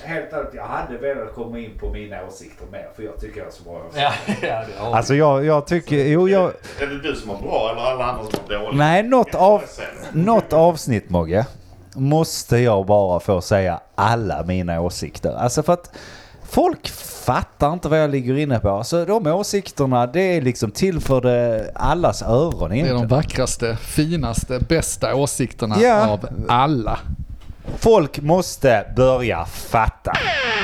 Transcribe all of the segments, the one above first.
helt ärligt, jag hade velat komma in på mina åsikter mer, för jag tycker jag är så bra. Alltså jag tycker... Är det du som har bra eller alla andra som har dåligt? Nej, något avsnitt, Mogge, måste jag bara få säga alla mina åsikter. Alltså för att folk fattar inte vad jag ligger inne på. Alltså de åsikterna, det är liksom till för allas öron. Det är de vackraste, finaste, bästa åsikterna av alla. Folk måste börja fatta.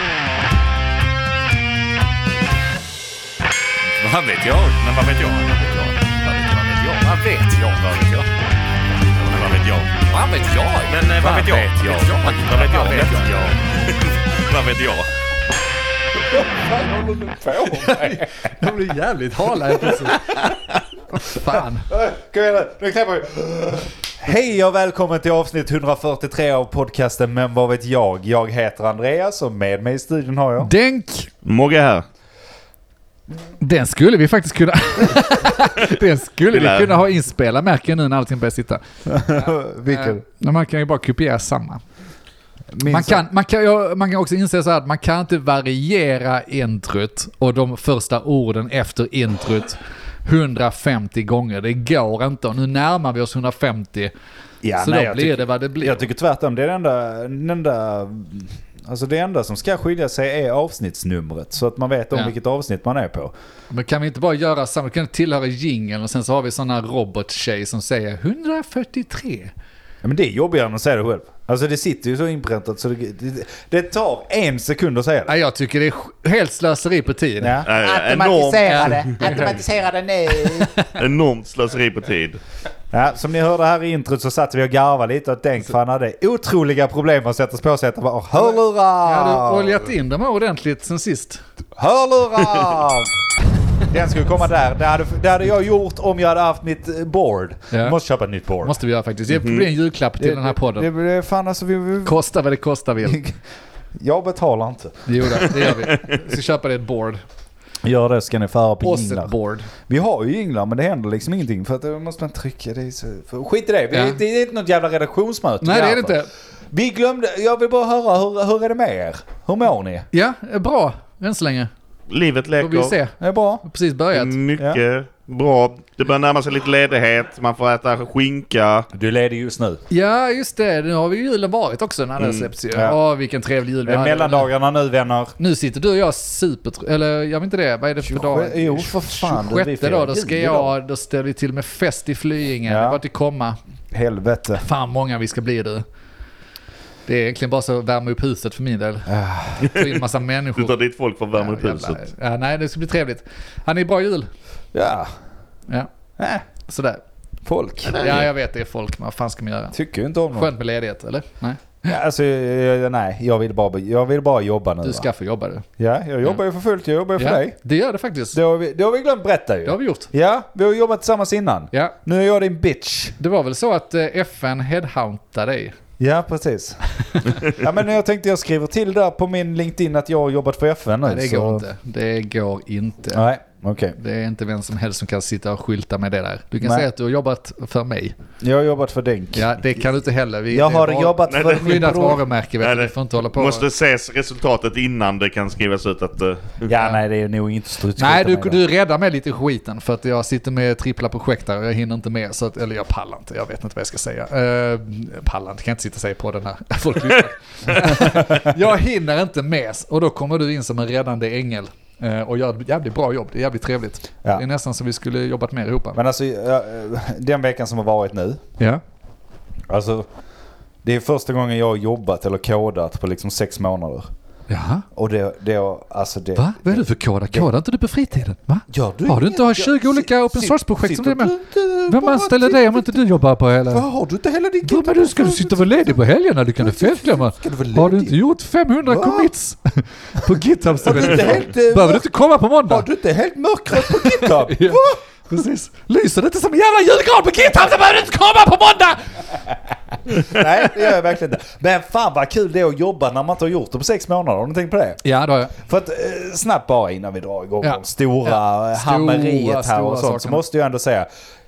Vad vet jag? Men vad vet jag? Vad vet jag? Vad vet jag? Vad vet jag? Men vad vet jag? Vad vet jag? Vad vet jag? Vad håller du på med? De blir jävligt hala här precis. Fan. Kom igen nu klämmer vi. Hej och välkommen till avsnitt 143 av podcasten Men vad vet jag? Jag heter Andreas och med mig i studion har jag Denk. Mogge här. Den skulle vi faktiskt kunna kunna ha inspelad, märker nu när allting börjar sitta. Vilken? Man kan ju bara kopiera samma. Man kan också inse så här att man kan inte variera introt och de första orden efter introt 150 gånger. Det går inte. Och nu närmar vi oss 150. Ja, så då blir det vad det blir. Jag tycker tvärtom. Det är det enda som ska skilja sig är avsnittsnumret. Så att man vet om vilket avsnitt man är på. Men kan vi inte bara göra samma? Vi kan tillhöra jingeln och sen så har vi sådana robottjej som säger 143. Ja, men det är jobbigare än att säga det själv. Alltså det sitter ju så inpräntat så det tar 1 sekund att säga det. Ja, jag tycker det är helt slöseri på tid. Ja. Automatiserade nu. Enormt slöseri på tid. Ja, som ni hörde här i introt så satt vi och garvade lite och tänkte för han hade otroliga problem att sätta på sig att bara hörlurar. Jag hade oljat in dem ordentligt sen sist. Hörlurar! Den skulle komma där. Det hade jag gjort om jag hade haft mitt board. Ja. Måste köpa ett nytt board. Måste vi göra faktiskt. Det blir en julklapp till den här podden. Det blir fan alltså Kostar vad det kostar vill. Jag betalar inte. Jo, det gör vi. Vi ska köpa det ett board. Gör det ska ni föra på Oss jinglar. ett board. Vi har ju jinglar men det händer liksom ingenting för att det måste man trycka. Det är så, skit i det. Det är inte något jävla redaktionsmöte. Nej, det är det inte. Vi glömde, jag vill bara höra hur är det med er? Hur mår ni? Ja, bra. Än så länge. Livet Får vi leker. se. Det är bra. Precis börjat. Mycket bra. Det börjar närma sig lite ledighet. Man får äta skinka. Du är ledig just nu. Ja, just det. Nu har vi julen varit också när det släpps ju. Ja. Vilken trevlig jul vi Det är hade. mellandagarna nu, vänner. Nu sitter du och jag eller jag vet inte det. Vad är det för dag? Jo, för fan. 26 då ska då ställer vi till med fest i Flyingen. Ja. Det var till komma. Helvete. Fan många vi ska bli du. Det är egentligen bara så att värma upp huset för min del. Få in massa människor. Du tar dit folk för att värma upp huset. Ja, nej, det ska bli trevligt. Han är bra jul. Ja. Sådär. Folk. Ja, jag vet det är folk. Men vad fan ska man göra? Tycker ju inte om något. Skönt med ledighet, eller? Nej. Ja, alltså, nej, jag vill bara jobba nu. Du ska få jobba du. Ja, jag jobbar ju för fullt. Jag jobbar ju för dig. Det gör det faktiskt. Det har vi glömt berätta ju. Det har vi gjort. Ja, vi har jobbat tillsammans innan. Ja. Nu är jag din bitch. Det var väl så att FN headhuntade dig. Ja, precis. Ja, men jag tänkte jag skriver till där på min LinkedIn att jag har jobbat för FN nu. Nej, det går inte. Det går inte. Nej, okej. Det är inte vem som helst som kan sitta och skylta med det där. Du kan Nej. säga att du har jobbat för mig. Jag har jobbat för Denk. Ja, det kan du inte heller. Jag har jobbat för min skyddat bror. varumärke, vet du. Du får inte hålla på. Måste ses resultatet innan det kan skrivas ut att... Ja, nej, det är nog inte struts. Nej, du räddar mig lite i skiten för att jag sitter med trippla projekt där och jag hinner inte med. Så att, eller jag pallar inte, jag vet inte vad jag ska säga. Pallar inte, kan inte sitta och säga på den här. Folk jag hinner inte med och då kommer du in som en räddande ängel. Och gör ett jävligt bra jobb, det är jävligt trevligt. Ja. Det är nästan som vi skulle jobbat mer ihop. Men alltså, den veckan som har varit nu. Ja. Alltså, det är första gången jag har jobbat eller kodat på liksom 6 månader. Jaha. Och det Va? Vad är du för koda? Kodar inte du på fritiden? Va? Ja, har du inte 20 olika open source-projekt som du är med? Vem anställer dig om inte du jobbar på hela... Vad har du inte heller din Ja, men du ska du sitta och vara ledig på helgerna? Du kan du fetglömma. Har du inte gjort 500 commits på GitHub? Behöver du inte komma på måndag? Har du inte helt mörkrött på GitHub? Ja. Precis. Lyser det inte som en jävla julgran på GitHub så behöver du inte komma på måndag! Nej, det gör jag verkligen inte. Men fan vad kul det är att jobba när man inte har gjort det på 6 månader. Har du tänkt på det? Ja, det har jag. För att snabbt bara innan vi drar igång de stora hammeriet här och sånt så måste jag ändå säga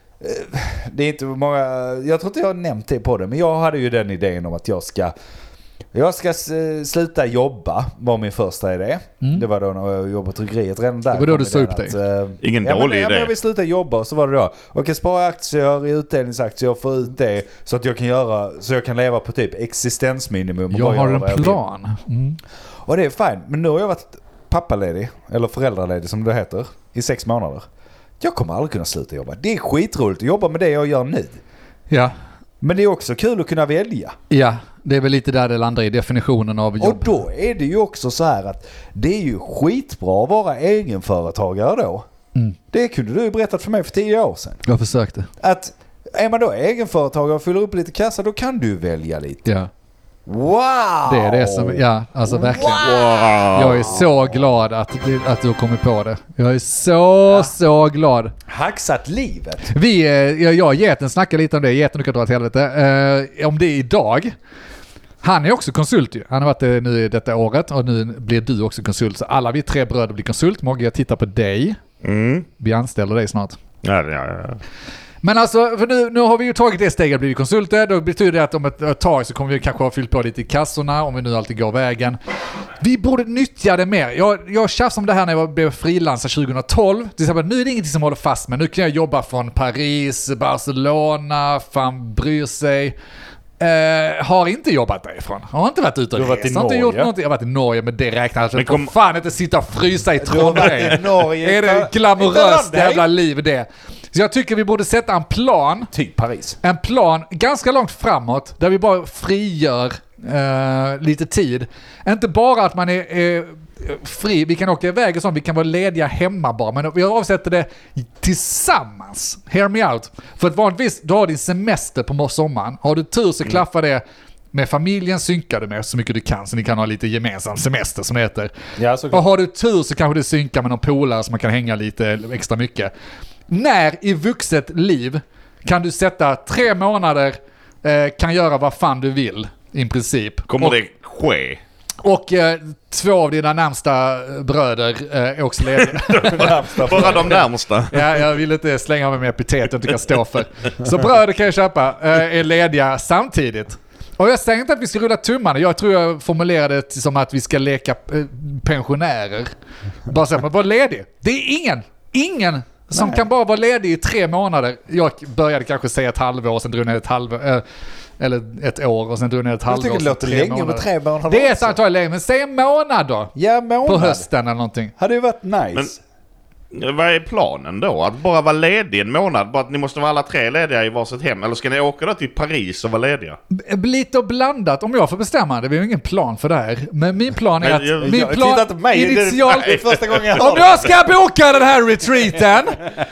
det är inte många, jag tror inte jag har nämnt det på det, men jag hade ju den idén om att jag ska Jag ska sluta jobba, var min första idé. Det var då när jag jobbade på tryckeriet. Redan där det var då du sa upp dig. Ingen dålig idé. Jag vill sluta jobba, och så var det då. Och jag sparar aktier i utdelningsaktier och få ut det så att jag kan leva på typ existensminimum. Jag har en plan. Och det är fine. Men nu har jag varit pappaledig, eller föräldraledig som det heter, i 6 månader. Jag kommer aldrig kunna sluta jobba. Det är skitroligt att jobba med det jag gör nu. Ja. Men det är också kul att kunna välja. Ja, det är väl lite där det landar i definitionen av jobb. Och då är det ju också så här att det är ju skitbra att vara egenföretagare då. Det kunde du ju berättat för mig för 10 år sedan. Jag försökte. Att är man då egenföretagare och fyller upp lite kassa, då kan du välja lite. Ja. Wow! Det är det som, ja, alltså verkligen. Wow. Jag är så glad att du har kommit på det. Jag är så glad. Hacksat livet. Jag och Geten snackade lite om det. Geten, du kan dra till helvete. Om det idag. Han är också konsult ju. Han har varit det nu detta året och nu blir du också konsult. Så alla vi 3 bröder blir konsult. Mogge, jag tittar på dig. Vi anställer dig snart. Ja. Men alltså, för nu har vi ju tagit det steget att bli konsulter. Då betyder det att om ett tag så kommer vi kanske ha fyllt på lite i kassorna om vi nu alltid går vägen. Vi borde nyttja det mer. Jag tjafsade om det här när jag blev frilansare 2012. Till exempel, nu är det ingenting som håller fast med. Nu kan jag jobba från Paris, Barcelona, fan bryr sig. Har inte jobbat därifrån. Har inte varit ute och rest. Har inte gjort någonting. Jag har varit i Norge, men det räknas. Men kom fan inte sitta och frysa i Trondheim. Är det glamoröst jävla liv det? Så jag tycker vi borde sätta en plan. Typ Paris. En plan ganska långt framåt där vi bara frigör lite tid. Inte bara att man är fri, vi kan åka iväg och sånt, vi kan vara lediga hemma bara, men vi avsätter det tillsammans. Hear me out. För att vanligtvis, du har din semester på sommaren. Har du tur så klaffar det med familjen, synkar du med så mycket du kan, så ni kan ha lite gemensam semester som det heter. Ja, och har du tur så kanske du synkar med någon polare så man kan hänga lite extra mycket. När i vuxet liv kan du sätta 3 månader, kan göra vad fan du vill i princip. Kommer det ske? Och 2 av dina närmsta bröder är också lediga. Bara de närmsta. Ja, jag vill inte slänga mig med epitet jag inte kan stå för. Så bröder kan jag köpa, är lediga samtidigt. Och jag säger inte att vi ska rulla tummarna. Jag tror jag formulerade det som att vi ska leka pensionärer. Bara så att man var ledig. Det är ingen som kan bara vara ledig i 3 månader. Jag började kanske säga ett halvår, sen drog ner ett halvår. Eller ett år och sen drog ner ett halvår. Jag tycker det låter länge med 3 månader. Det är ett antal länge, men säg en månad då. Ja, månad. På hösten eller någonting. Hade ju varit nice. Men vad är planen då? Att bara vara ledig en månad? Bara att ni måste vara alla 3 lediga i varsitt hem? Eller ska ni åka då till Paris och vara lediga? Lite och blandat, om jag får bestämma. Det är ju ingen plan för det här. Men min plan är att... Jag tittar inte på mig. Initialt, det är första gången jag om jag ska boka den här retreaten...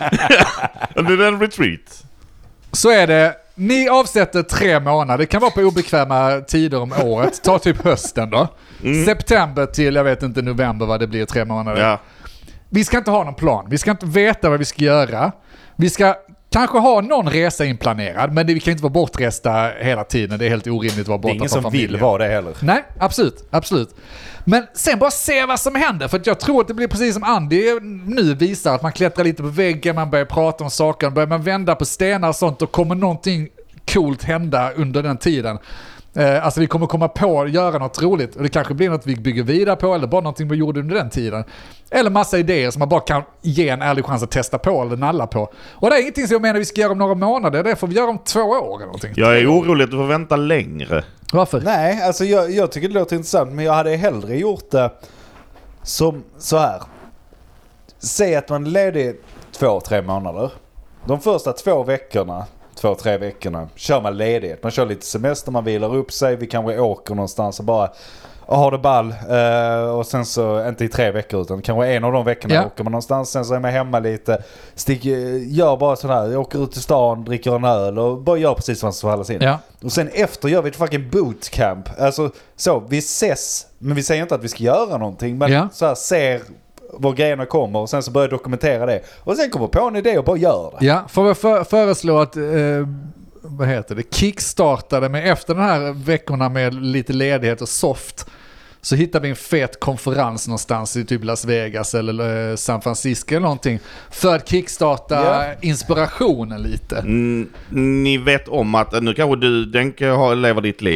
Det är en retreat. Så är det... Ni avsätter 3 månader. Det kan vara på obekväma tider om året. Ta typ hösten då. September till, jag vet inte, november vad det blir 3 månader. Ja. Vi ska inte ha någon plan. Vi ska inte veta vad vi ska göra. Vi ska kanske ha någon resa inplanerad, men vi kan inte vara bortresta hela tiden. Det är helt orimligt att vara borta. Det är ingen som vill vara det heller. Nej, absolut. Men sen bara se vad som händer. För att jag tror att det blir precis som Andy nu visar. Att man klättrar lite på väggen, man börjar prata om saker, börjar man vända på stenar och sånt, och kommer någonting coolt hända under den tiden. Alltså vi kommer komma på att göra något roligt. Och det kanske blir något vi bygger vidare på, eller bara någonting vi gjorde under den tiden. Eller massa idéer som man bara kan ge en ärlig chans att testa på eller nalla på. Och det är ingenting som jag menar vi ska göra om några månader. Det får vi göra om 2 år eller någonting. Jag är orolig att du får vänta längre. Varför? Nej, alltså jag tycker det låter intressant, men jag hade hellre gjort det som så här. Säg att man är ledig 2-3 månader. De första 2 veckorna, 2-3 veckorna kör man ledighet. Man kör lite semester, man vilar upp sig. Vi kanske åker någonstans och bara har det ball. Och sen så, inte i 3 veckor utan kanske en av de veckorna åker man någonstans. Sen så är man hemma lite. Gör bara sådär. Åker ut till stan, dricker en öl och bara gör precis vad som faller in. Ja. Och sen efter gör vi ett fucking bootcamp. Alltså så, vi ses. Men vi säger inte att vi ska göra någonting. Men så här, ser var grejerna kommer och sen så börjar dokumentera det. Och sen kommer på en idé och bara gör det. Ja, får vi föreslå att vad heter det? Kickstartade med efter den här veckorna med lite ledighet och soft. Så hittar vi en fet konferens någonstans i typ Las Vegas eller San Francisco eller någonting. För att kickstarta inspirationen lite. Ni vet om att nu kanske du lever ditt liv.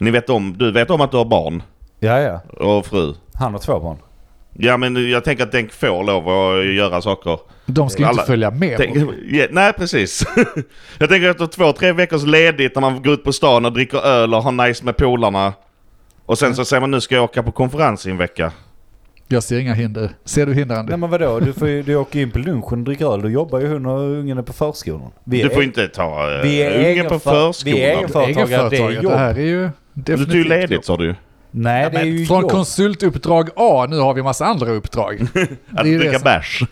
Du vet om att du har barn Ja. och fru. Han har 2 barn. Ja, men jag tänker att den får lov att göra saker. De ska inte följa med. Nej, precis. Jag tänker att 2-3 veckors ledigt när man går ut på stan och dricker öl och har nice med polarna. Och sen så säger man, nu ska jag åka på konferens i en vecka. Jag ser inga hinder. Ser du hinder, Andy? Nej, men vadå? Du åker in på lunchen och dricker öl. Du jobbar ju hon och ungen är på förskolan. Du får inte ta ungen på förskolan. Vi är egenföretagare. Det är jobb. Det här är ju Du tar ju ledigt, sa du. Nej, det är ju från jobb. konsultuppdrag A, nu har vi massa andra uppdrag. Att dricka bärs.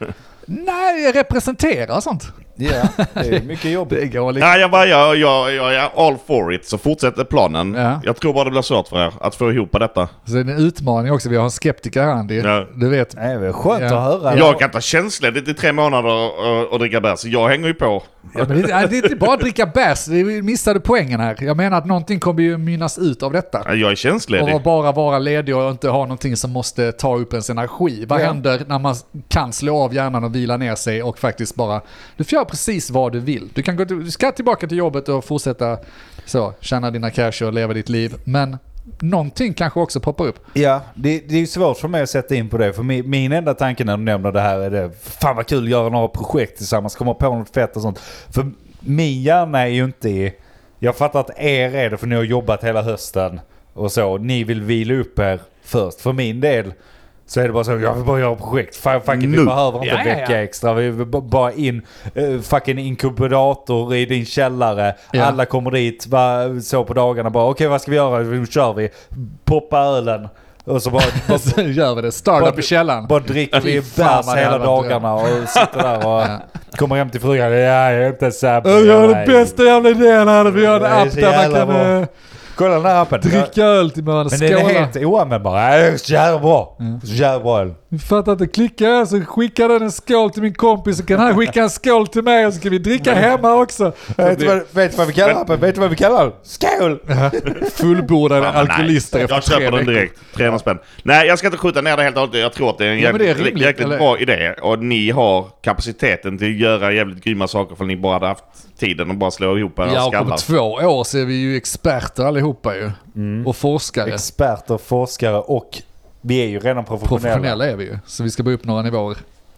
Nej, representera sånt. Ja, det är mycket jobb. Det går lite. Nej, jag är all for it. Så fortsätter planen. Ja. Jag tror bara det blir svårt för er att få ihop detta. Så det är en utmaning också. Vi har en skeptiker här, Andy. Ja. Du vet. Nej, det är skönt att höra. Jag kan ta känsledigt i 3 månader och dricka bärs. Jag hänger ju på. Ja, men det är inte bara att dricka bärs. Vi missade poängen här. Jag menar att någonting kommer ju mynnas ut av detta. Jag är känsledig. Och bara vara ledig och inte ha någonting som måste ta upp ens energi. Vad händer när man kan slå av hjärnan och vila ner sig och faktiskt bara... Du får göra precis vad du vill. Du ska tillbaka till jobbet och fortsätta så, tjäna dina cash och leva ditt liv. Men någonting kanske också poppar upp. Ja, det är ju svårt för mig att sätta in på det. För min enda tanke när du nämner det här är det, fan vad kul att göra några projekt tillsammans, komma på något fett och sånt. För min hjärna är ju inte... Jag fattar att är det för ni har jobbat hela hösten och så. Ni vill vila upp er först. För min del så är det bara så, jag vill bara göra projekt. Fucking, vi behöver inte en vecka extra. Vi vill bara in fucking inkubator i din källare. Ja. Alla kommer dit så på dagarna. Bara okej, vad ska vi göra? Nu kör vi. Poppa ölen. Och så bara Så gör vi det. Startup i källaren. bara dricker vi Fy fan bärs vad det hela hade varit dagarna och sitter där och kommer hem till frugan. Ja, jag är inte så här. Jag har den bästa jävla idén här. Vi har en Det är app så där man jävla kan kolla den här appen. dricka öl till varandra. Men den är Skåla. helt oanvändbar. Det är så jävla bra. Så jävla bra öl. Vi fattar inte. Klicka så skickar den en skål till min kompis så kan han skicka en skål till mig och så kan vi dricka hemma också. Vet du vad vi kallar appen? Vet du vad vi kallar den? Skål! Fullbordade alkoholister efter Jag 3 köper den veckor. direkt. 300 spänn. Nej, jag ska inte skjuta ner det helt och hållet. Jag tror att det är en Ja, men det är jävligt, rimligt, jäkligt eller? bra idé. Och ni har kapaciteten till att göra jävligt grymma saker för ni bara hade haft tiden att bara slå ihop era Ja, och om skallar. 2 år så är vi ju experter allihopa ju. Och forskare. Experter, forskare och vi är ju redan Professionella är vi ju. Så vi ska börja upp några nivåer.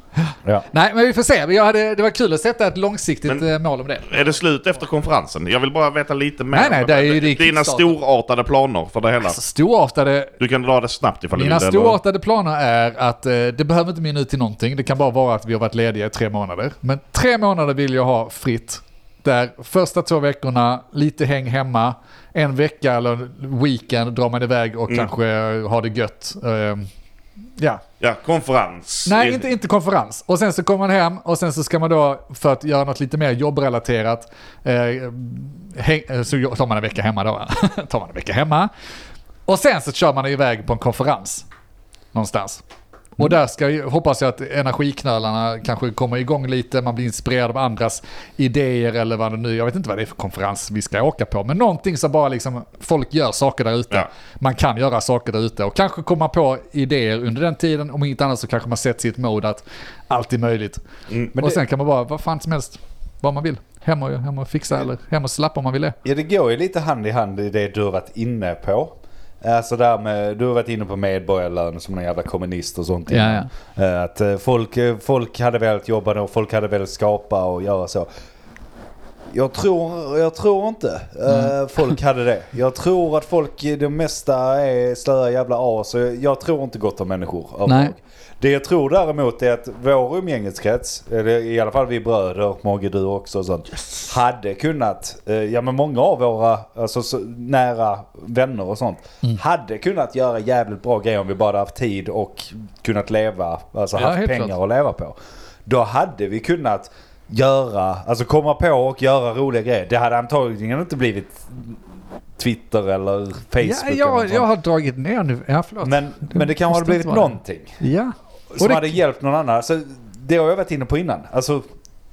Ja. Nej, men vi får se. Det var kul att sätta ett långsiktigt mål om det. Är det slut efter konferensen? Jag vill bara veta lite mer. Nej, det är ju det dina kickstarten. storartade planer för det hela. Alltså, storartade... Du kan dra det snabbt ifall du Mina vill. storartade planer är att det behöver inte mynna ut till någonting. Det kan bara vara att vi har varit lediga i 3 månader. Men 3 månader vill jag ha fritt. Där första 2 veckorna lite häng hemma. 1 vecka eller weekend drar man iväg och kanske har det gött. Ja, konferens. Nej, inte konferens. Och sen så kommer man hem och sen så ska man då, för att göra något lite mer jobbrelaterat, så tar man en vecka hemma då. Tar man en vecka hemma. Och sen så kör man iväg på en konferens någonstans. Och där hoppas jag att energiknölarna kanske kommer igång lite, man blir inspirerad av andras idéer eller vad det nu, jag vet inte vad det är för konferens vi ska åka på, men någonting som bara liksom, folk gör saker där ute. Ja. Man kan göra saker där ute och kanske komma på idéer under den tiden, om inte annat så kanske man sätter sig i ett mode att allt är möjligt. Men Och sen kan man bara, vad fan som helst, vad man vill. Hem och fixa eller hem och slappa om man vill det. Ja, det går ju lite hand i hand i det du har varit inne på. Alltså där med, du har varit inne på medborgarlön som någon jävla kommunist och sånt. Ja. Att folk hade velat jobba och folk hade velat skapa och göra så. Jag tror inte folk hade det. Jag tror att folk, det mesta är slöa jävla as. Jag tror inte gott om människor. Nej. Det jag tror däremot är att vår umgängeskrets, eller i alla fall vi bröder, Mogge du också och sånt, hade kunnat, men många av våra alltså, så nära vänner och sånt, hade kunnat göra jävligt bra grejer om vi bara hade haft tid och kunnat leva, alltså haft pengar klart att leva på. Då hade vi kunnat alltså komma på och göra roliga grejer. Det hade antagligen inte blivit Twitter eller Facebook. Jag har dragit ner nu. Ja, förlåt. Men det kan ha blivit någonting. Ja. Som hade hjälpt någon annan. Alltså, det har jag varit inne på innan. Alltså,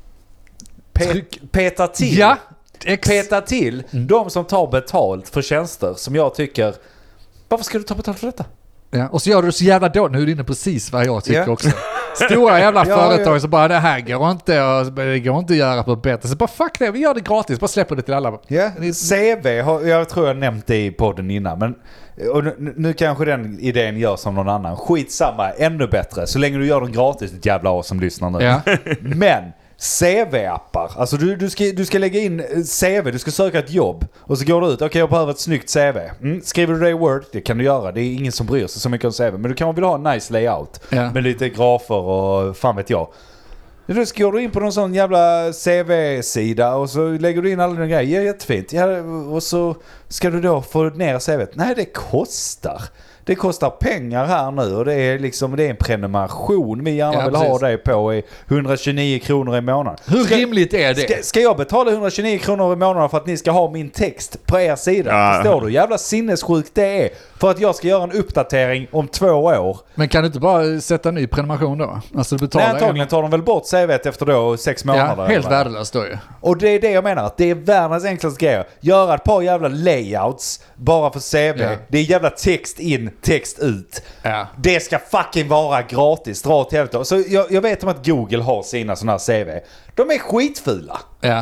peta till. Ja. Peta till de som tar betalt för tjänster som jag tycker, varför ska du ta betalt för detta? Ja, och så gör du så jävla dåligt. Nu är du inne precis vad jag tycker också. Stora jävla företag så bara det här går inte att göra på bättre. Så bara fuck det, vi gör det gratis. Bara släpper det till alla. Ja, CV, jag tror jag nämnt det i podden innan. Men och nu kanske den idén gör som någon annan. Skitsamma, ännu bättre. Så länge du gör den gratis, ett jävla som lyssnar nu. Ja. Men CV-appar. Alltså du ska lägga in CV, du ska söka ett jobb. Och så går du ut, okej, jag behöver ett snyggt CV. Skriver du det i Word? Det kan du göra. Det är ingen som bryr sig så mycket om CV. Men du kan väl ha en nice layout. Ja. Med lite grafer och fan vet jag. Då går du in på någon sån jävla CV-sida och så lägger du in alla dina grejer. Jättefint. Ja, och så ska du då få ner CV:t. Nej, det kostar. Det kostar pengar här nu och det är en prenumeration vi gärna vill ha dig på i 129 kronor i månaden. Hur rimligt är det? Ska jag betala 129 kronor i månaden för att ni ska ha min text på er sida? Ja. Förstår du? Jävla sinnessjukt det är. För att jag ska göra en uppdatering om 2 år. Men kan du inte bara sätta en ny prenumeration då? Alltså du betalar. Nej, antagligen tar de väl bort CV:t efter då 6 månader. Ja, helt värdelöst då ju. Och det är det jag menar, att det är världens enklaste grejer. Göra ett par jävla layouts bara för CV. Ja. Det är jävla text in, text ut. Ja. Det ska fucking vara gratis. Dra till helvete. Så jag vet om att Google har sina såna här CV. De är skitfula. Ja.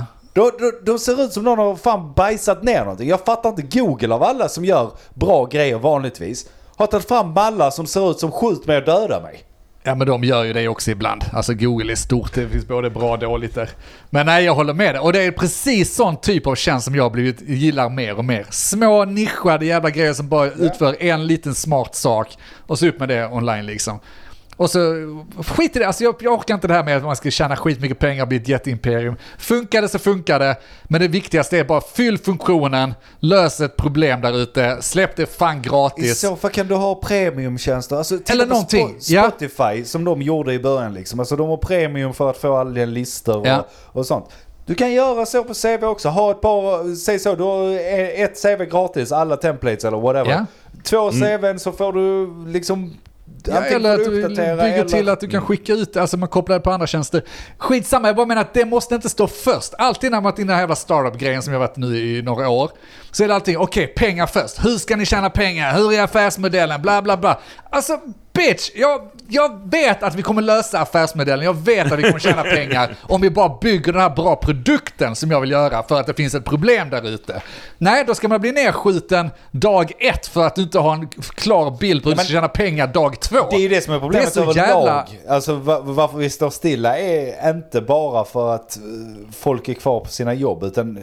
De ser ut som någon har fan bajsat ner någonting. Jag fattar inte, Google av alla som gör bra grejer vanligtvis har tagit fram mallar som ser ut som skjut mig och döda mig. Ja, men de gör ju det också ibland. Alltså Google är stort, det finns både bra och dåligt där. Men nej, jag håller med dig. Och det är precis sån typ av tjänst som jag gillar mer och mer. Små nischade jävla grejer som bara utför en liten smart sak och så upp med det online liksom. Och så skit i det, alltså jag orkar inte det här med att man ska tjäna skitmycket pengar och bli ett jätteimperium. Funkar det så funkar det, men det viktigaste är bara fyll funktionen, lös ett problem där ute, släpp det fan gratis. I så fall kan du ha premiumtjänster. Alltså, eller någonting. Spotify som de gjorde i början liksom. Alltså de har premium för att få alla listor och sånt. Du kan göra så på CV också. Ha ett par, säg så, du har ett CV gratis, alla templates eller whatever. Ja. 2 CVn så får du liksom... Ja, eller att du bygger till att du kan skicka ut, alltså man kopplar det på andra tjänster. Skitsamma, jag bara menar att det måste inte stå först. Alltid när man varit in i den här jävla startup-grejen som jag varit nu i några år, så är det alltid, okej, pengar först. Hur ska ni tjäna pengar? Hur är affärsmodellen? Bla bla bla. Alltså, bitch, jag vet att vi kommer lösa affärsmodellen. Jag vet att vi kommer tjäna pengar om vi bara bygger den här bra produkten som jag vill göra för att det finns ett problem där ute. Nej, då ska man bli nedskjuten dag 1 för att du inte har en klar bild på hur du ska tjäna pengar dag 2. Det är ju det som är problemet det är så överlag. Alltså varför vi står stilla är inte bara för att folk är kvar på sina jobb, utan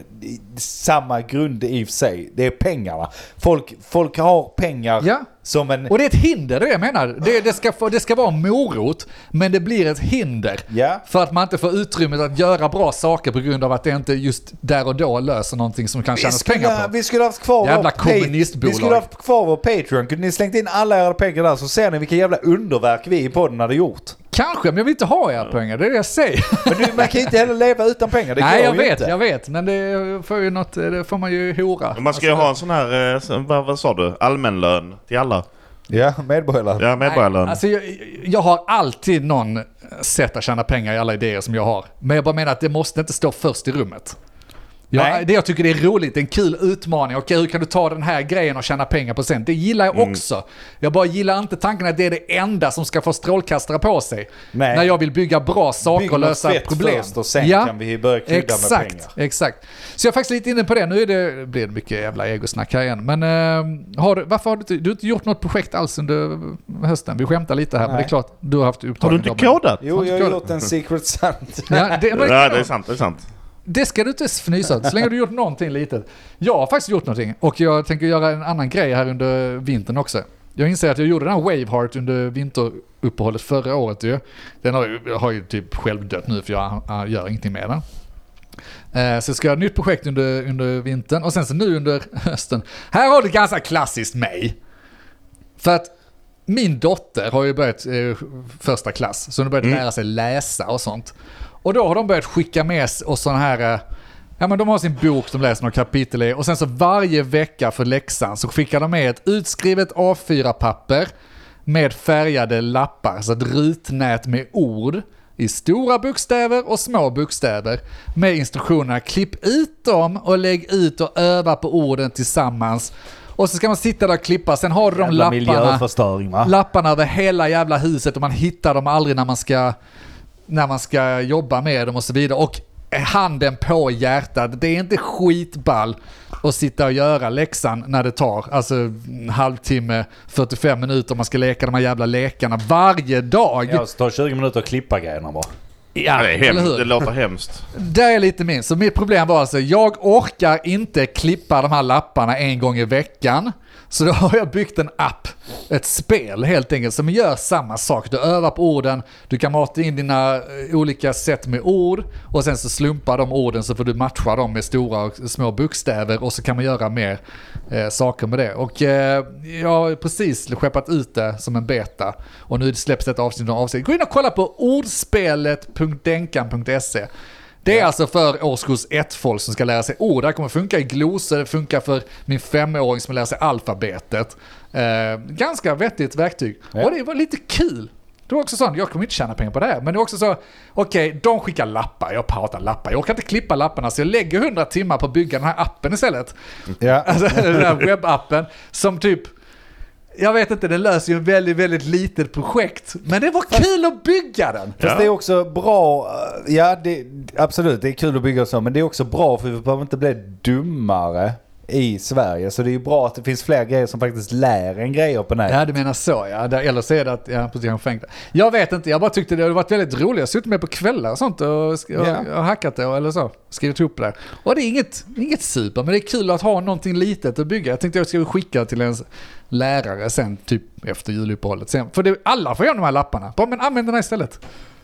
samma grund i och för sig. Det är pengarna. Folk har pengar. Ja. Som en... Och det är ett hinder, det jag menar. Det ska vara morot, men det blir ett hinder. Ja. För att man inte får utrymmet att göra bra saker på grund av att det inte just där och då löser någonting som kan tjänas pengar på. Vi skulle haft kvar jävla kommunistbolag. Vi skulle haft kvar vår Patreon. Kunde ni slängt in alla era pengar där, så ser ni vilka jävla underverk vi i podden hade gjort. Kanske, men jag vill inte ha era pengar, det är det jag säger. Men man kan ju inte heller leva utan pengar. Det nej, går jag vet. Men det får man ju hora. Man ska ju ha en sån här, vad sa du? Allmänlön till alla. Ja, medborgarlön. Ja, medborgarlön. Alltså jag har alltid någon sätt att tjäna pengar i alla idéer som jag har. Men jag bara menar att det måste inte stå först i rummet. Det jag tycker det är roligt, en kul utmaning. Okej, hur kan du ta den här grejen och tjäna pengar på sen? Det gillar jag också. Jag bara gillar inte tanken att det är det enda som ska få strålkastare på sig. Nej. När jag vill bygga bra saker och lösa problem. Först och sen kan vi börja krydda med pengar. Exakt. Så jag är faktiskt lite inne på det. Nu blir det mycket jävla egosnack här igen. Men varför har du inte gjort något projekt alls under hösten? Vi skämtar lite här, men det är klart du har haft upptag. Har du inte kodat? Jo, jag har gjort en Secret Sant. Det är sant. Det ska du inte fnysa åt, så länge du gjort någonting litet. Jag har faktiskt gjort någonting, och jag tänker göra en annan grej här under vintern också. Jag inser att jag gjorde den här Waveheart under vinteruppehållet förra året ju. Den har ju typ själv dött nu, för jag gör ingenting med den. Så jag ska göra ett nytt projekt under vintern, och sen så nu under hösten. Här har det ganska klassiskt mig. För att min dotter har ju börjat första klass, så hon har börjat lära sig läsa och sånt. Och då har de börjat skicka med oss sån här... Ja, men de har sin bok, de läser några kapitel i. Och sen så varje vecka för läxan så skickar de med ett utskrivet A4-papper med färgade lappar. Så ett rutnät med ord i stora bokstäver och små bokstäver. Med instruktionerna, klipp ut dem och lägg ut och öva på orden tillsammans. Och så ska man sitta där och klippa. Sen har du de Jävla miljöförstöring, va? lapparna över hela jävla huset och man hittar dem aldrig när man ska jobba med dem och så vidare. Och handen på hjärtat, det är inte skitball att sitta och göra läxan när det tar alltså en halvtimme, 45 minuter man ska leka de här jävla lekarna varje dag. Ja, så tar 20 minuter att klippa grejerna bara. Ja, det är eller hemskt. hur? Det låter hemskt. Det är lite min. Så mitt problem var alltså, jag orkar inte klippa de här lapparna en gång i veckan. Så då har jag byggt en app, ett spel helt enkelt, som gör samma sak. Du övar på orden, du kan mata in dina olika sätt med ord och sen så slumpar de orden så får du matcha dem med stora och små bokstäver och så kan man göra mer saker med det. Och jag har precis skeppat ut det som en beta och nu släpps ett avsnitt av avsnitt. Gå in och kolla på ordspelet.denkan.se. Det är alltså för årskurs 1-folk som ska lära sig ord. Det här kommer funka i glosor, det funkar för min 5-åring som lär sig alfabetet. Ganska vettigt verktyg. Ja. Och det var lite kul. Det var också så, jag kommer inte tjäna pengar på det här, men det var också så, okej, de skickar lappar, jag pratar lappar, jag kan inte klippa lapparna så jag lägger 100 timmar på att bygga den här appen istället. Ja. Alltså den här webbappen som typ, jag vet inte, den löser ju en väldigt, väldigt litet projekt. Men det var kul att bygga den. Fast det är också bra, ja absolut, det är kul att bygga så, men det är också bra för vi behöver inte bli dummare i Sverige. Så det är ju bra att det finns fler grejer som faktiskt lär en grejer på nätet. Ja, du menar så, ja. Eller så är det att, ja, precis, jag vet inte, jag bara tyckte det hade varit väldigt roligt. Jag har suttit med på kvällar och sånt och hackat det eller så. Skrivit ihop det. Och det är inget super, men det är kul att ha någonting litet att bygga. Jag tänkte jag skulle skicka till en lärare sen, typ efter juluppehållet. Sen, för alla får göra de här lapparna. Bara, men använd den här istället.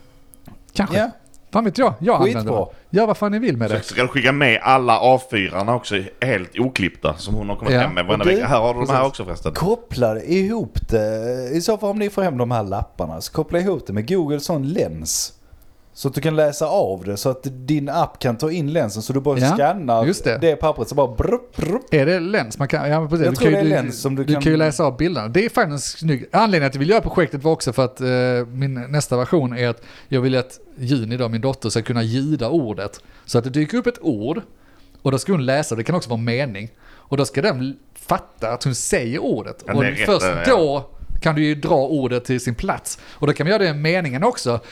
Kanske. Yeah. Fan vet jag använder den. Gör vad fan ni vill med det. Så ska du skicka med alla A4-arna också helt oklippta som hon har kommit hem med varenda vecka. Här har du de här också förresten. Koppla ihop det. I så fall om ni får hem de här lapparna så koppla ihop det med Google sån lens. Så att du kan läsa av det så att din app kan ta in länsen så du bara skannar det pappret så bara brupp. Är det läns? Man kan, ja, precis. Jag tror det är läns som du kan ju läsa av bilderna. Det är faktiskt snygg. Anledningen att jag vill göra projektet var också för att min nästa version är att jag vill att Juni då, min dotter, ska kunna ljuda ordet. Så att det dyker upp ett ord och då ska hon läsa, det kan också vara mening. Och då ska den fatta att hon säger ordet. Och först då kan du ju dra ordet till sin plats. Och då kan vi göra det i meningen också.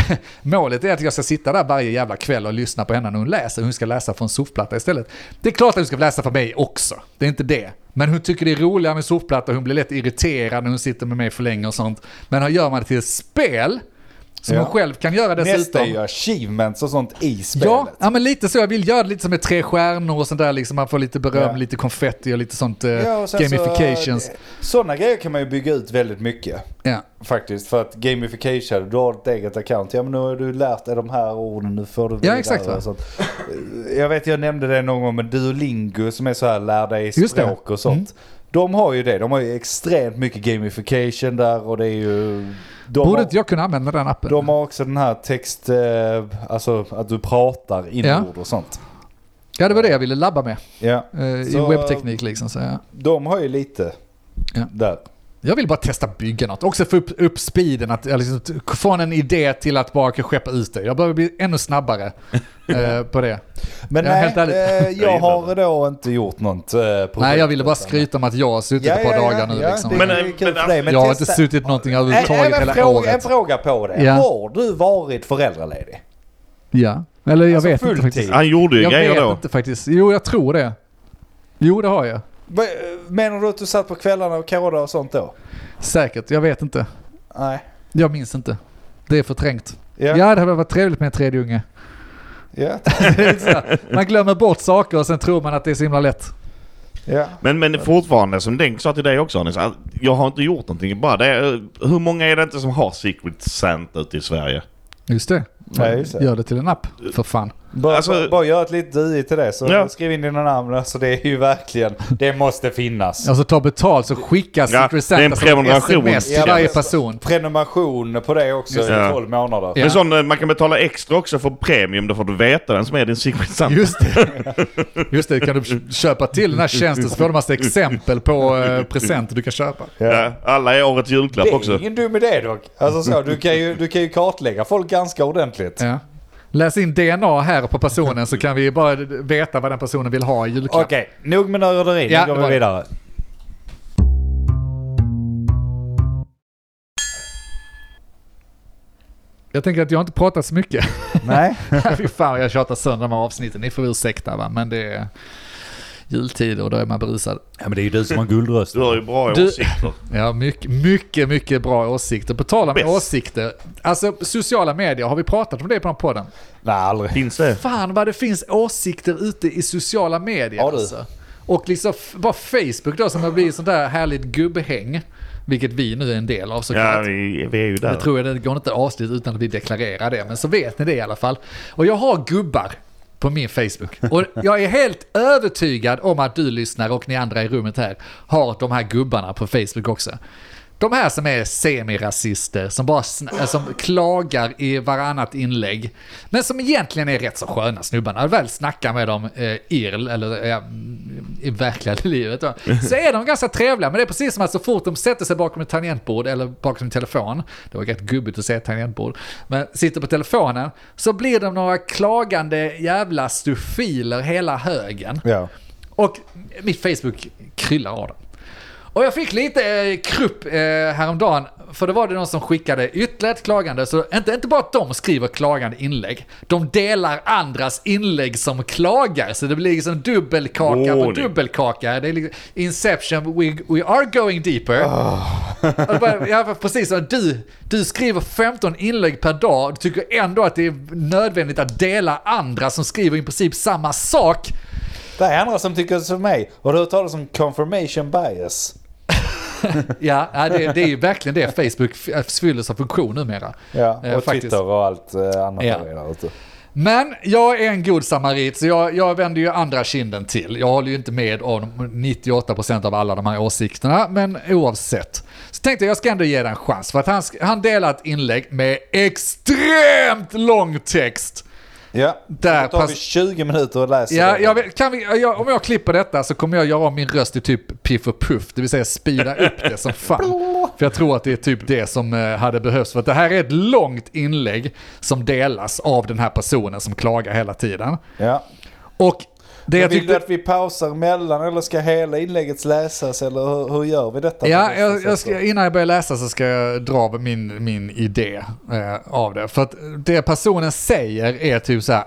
Målet är att jag ska sitta där varje jävla kväll och lyssna på henne när hon läser. Hon ska läsa från surfplatta istället. Det är klart att hon ska läsa för mig också. Det är inte det. Men hon tycker det är roligare med surfplatta. Hon blir lätt irriterad när hon sitter med mig för länge och sånt. Men här gör man det till ett spel som hon själv kan göra dessutom. Nästa är ju achievements och sånt i spelet. Ja, men lite så. Jag vill göra det lite som med 3 stjärnor och sånt där. Liksom man får lite beröm, lite konfetti och lite sånt gamifications. Sådana grejer kan man ju bygga ut väldigt mycket. Ja. Faktiskt. För att gamification, du har ett eget account. Ja, men nu har du lärt dig de här orden. Nu får du ja, exakt. Jag vet, jag nämnde det någon gång med Duolingo som är så här, lär dig språk och sånt. De har ju det. De har ju extremt mycket gamification där och det är ju... Borde inte jag kunna använda den appen? De har också den här text, alltså att du pratar in ord och sånt. Ja, det var det jag ville labba med. Ja. I webbteknik liksom. Så, ja. De har ju lite där. Jag vill bara testa bygga något. Också få upp speeden. Att liksom, från en idé till att bara skeppa ut det. Jag behöver bli ännu snabbare på det. Men jag har då inte gjort något projekt. Nej, jag ville bara skryta om att jag har suttit ett par dagar nu. Liksom. Men jag har inte suttit någonting överhuvudtaget hela året. En fråga på det. Ja. Har du varit föräldraledig? Ja. Eller jag vet inte faktiskt. Han gjorde ju grejer då. Jag vet inte faktiskt. Jo, jag tror det. Jo, det har jag. Menar du att du satt på kvällarna och kodade och sånt då? Säkert, jag vet inte. Nej. Jag minns inte. Det är förträngt. Ja, det hade varit trevligt med en tredje unge. Ja. Man glömmer bort saker och sen tror man att det är så himla lätt. Ja. Men fortfarande, som Denk sa till dig också, jag har inte gjort någonting. Bara det, hur många är det inte som har Secret Santa ute i Sverige? Just det. Gör det till en app, för fan. Bara gör ett litet DI till det, så skriv in dina namn, så det är ju verkligen, det måste finnas. Alltså ta betalt så skickas Secret Santa som SMS till varje person. Prenumeration på det också i 12 månader. Ja. Men sån, man kan betala extra också för premium, då får du veta vem som är din Secret Santa. Just det, kan du köpa till den här tjänsten så får du massa exempel på presenter du kan köpa. Ja. Alla är årets julklapp också. Det är ingen dum idé dock. Alltså så, du kan ju kartlägga folk ganska ordentligt. Ja. Läs in DNA här på personen så kan vi bara veta vad den personen vill ha i julklapp. Okej, nog med nörderi. Nu går vi vidare. Jag tänker att jag inte pratat så mycket. Nej. Fy fan, jag tjatar sönder de här avsnitten. Ni får ursäkta, va? Men det är jultid och då är man berusad. Ja, men det är ju du som har guldröst. Du har ju bra åsikter. Ja, mycket bra åsikter. På tal om åsikter, alltså sociala medier, har vi pratat om det på den podden? Nej, aldrig. Finns det? Fan vad det finns åsikter ute i sociala medier. Ja, du. Alltså. Och liksom bara Facebook då som har blivit sånt där härligt gubbhäng. Vilket vi nu är en del av såklart. Ja, vi är ju där. Jag tror det går inte avslut utan att vi deklarerar det. Men så vet ni det i alla fall. Och jag har gubbar på min Facebook. Och jag är helt övertygad om att du lyssnar och ni andra i rummet här har de här gubbarna på Facebook också. De här som är semirasister, som bara som klagar i varannat inlägg, men som egentligen är rätt så sköna snubbarna. Jag väl snackar med dem IRL, eller i verkliga livet, då, så är de ganska trevliga. Men det är precis som att så fort de sätter sig bakom ett tangentbord eller bakom en telefon, det var rätt gubbigt att säga tangentbord, men sitter på telefonen, så blir de några klagande jävla stufiler hela högen. Ja. Och mitt Facebook kryllar av dem. Och jag fick lite krupp häromdagen, för det var det någon som skickade ytterligare ett klagande. Så inte bara att de skriver klagande inlägg, de delar andras inlägg som klagar. Så det blir liksom dubbelkaka på dubbelkaka. Det är liksom Inception, we are going deeper. Ja, precis som du skriver 15 inlägg per dag. Du tycker ändå att det är nödvändigt att dela andra som skriver i princip samma sak. Det är andra som tycker som mig. Och du talar som confirmation bias. Ja, det är ju verkligen det Facebook fyller som funktion numera. Ja, och faktiskt. Twitter och allt annat Ja. där ute. Men jag är en god samarit, så jag vänder ju andra kinden till. Jag håller ju inte med om 98% av alla de här åsikterna, men oavsett. Så tänkte jag ska ändå ge den en chans, för att han delar ett inlägg med extremt lång text. Ja, Där då tar vi 20 minuter och läser. Ja, om jag klipper detta så kommer jag göra om min röst till typ Piff och Puff, det vill säga speeda upp det som fan. För jag tror att det är typ det som hade behövts. För att det här är ett långt inlägg som delas av den här personen som klagar hela tiden. Ja. Och det jag vill du att vi pausar mellan, eller ska hela inlägget läsas, eller hur gör vi detta? Ja, innan jag börjar läsa så ska jag dra min idé av det. För att det personen säger är typ så här: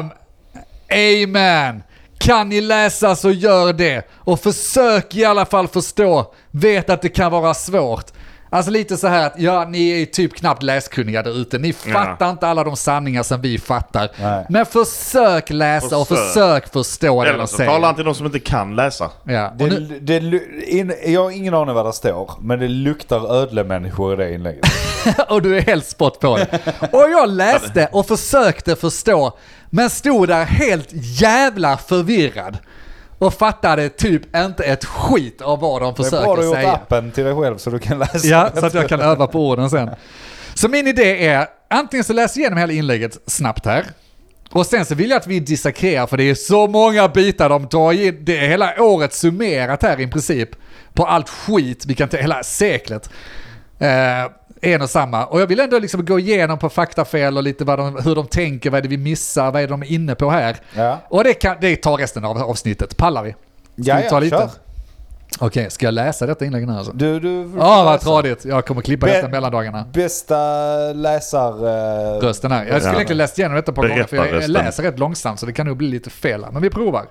amen, kan ni läsa så gör det. Och försök i alla fall förstå. Vet att det kan vara svårt. Alltså lite så här att, ja, ni är typ knappt läskunniga där ute. Ni fattar inte alla de sanningar som vi fattar. Nej. Men försök läsa och försök förstå det de säger. Tala inte de som inte kan läsa. Ja. Jag har ingen aning vad det står, men det luktar ödlemänniskor i det inlägget. Och du är helt spot på det. Och jag läste och försökte förstå, men stod där helt jävla förvirrad. Och fattade typ inte ett skit av vad de försöker säga. Det är bra du gjort appen till dig själv så du kan läsa. Ja, så att jag kan öva på orden sen. Så min idé är, antingen så läser jag igenom hela inlägget snabbt här. Och sen så vill jag att vi dissekrerar, för det är så många bitar de drar in. Det är hela året summerat här i princip. På allt skit, vi kan ta hela seklet. En och samma. Och jag vill ändå liksom gå igenom på faktafel och lite hur de tänker, vad är det vi missar, vad är de inne på här. Ja. Och det tar resten av avsnittet. Pallar vi? Ska vi ta lite? Kör. Okej, ska jag läsa detta inlägg nu alltså? Vad tradigt. Jag kommer klippa detta mellan dagarna. Bästa rösten här. Jag skulle egentligen läst igenom detta på gånger, för jag läser rätt långsamt så det kan nog bli lite fel. Men vi provar.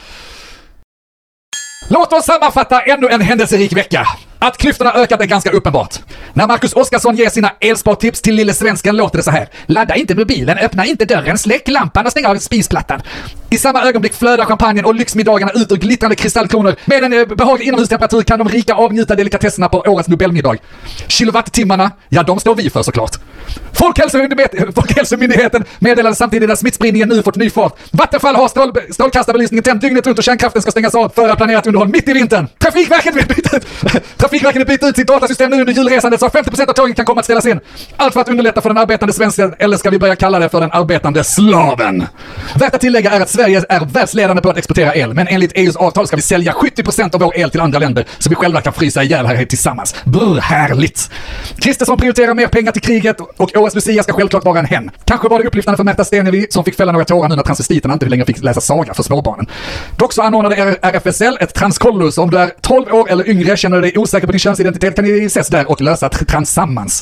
Låt oss sammanfatta ännu en händelserik vecka. Att klyftorna ökat är ganska uppenbart. När Marcus Oskarsson ger sina elspartips till lille svensken låter det så här: ladda inte mobilen, öppna inte dörren, släck lampan och stäng av spisplattan. I samma ögonblick flödar champagnen och lyxmiddagarna ut ur glittrande kristallkronor. Med en behaglig inomhustemperatur kan de rika avnjuta delikatesserna på årets Nobelmiddag. Kilowattimmarna, ja, de står vi för såklart. Folkhälsomyndigheten meddelade samtidigt att smittspridningen nu fått ny fart. Vattenfall har strålkastarbelysningen tänd dygnet runt och kärnkraften ska stängas av för planerat underhåll mitt i vintern. Trafikverket vill byta ut sitt datasystem nu under julresandet så att 50% av tågen kan komma att ställas in. Allt för att underlätta för den arbetande svensken, eller ska vi börja kalla det för den arbetande slaven. Värt att tillägga är att Sverige är världsledande på att exportera el, men enligt EUs avtal ska vi sälja 70% av vår el till andra länder så vi själva kan frysa ihjäl här tillsammans. Brr, härligt! Kristersson prioriterar mer pengar till kriget och OS Lucia ska självklart vara en hen. Kanske var det upplyftande för Märta Stenevi som fick fälla några tårar nu när transvestiterna inte längre fick läsa saga för småbarnen. Dock så anordnade RFSL ett transkollo, så om du är 12 år eller yngre, känner du dig osäker på din könsidentitet, kan ni ses där och lösa transammans.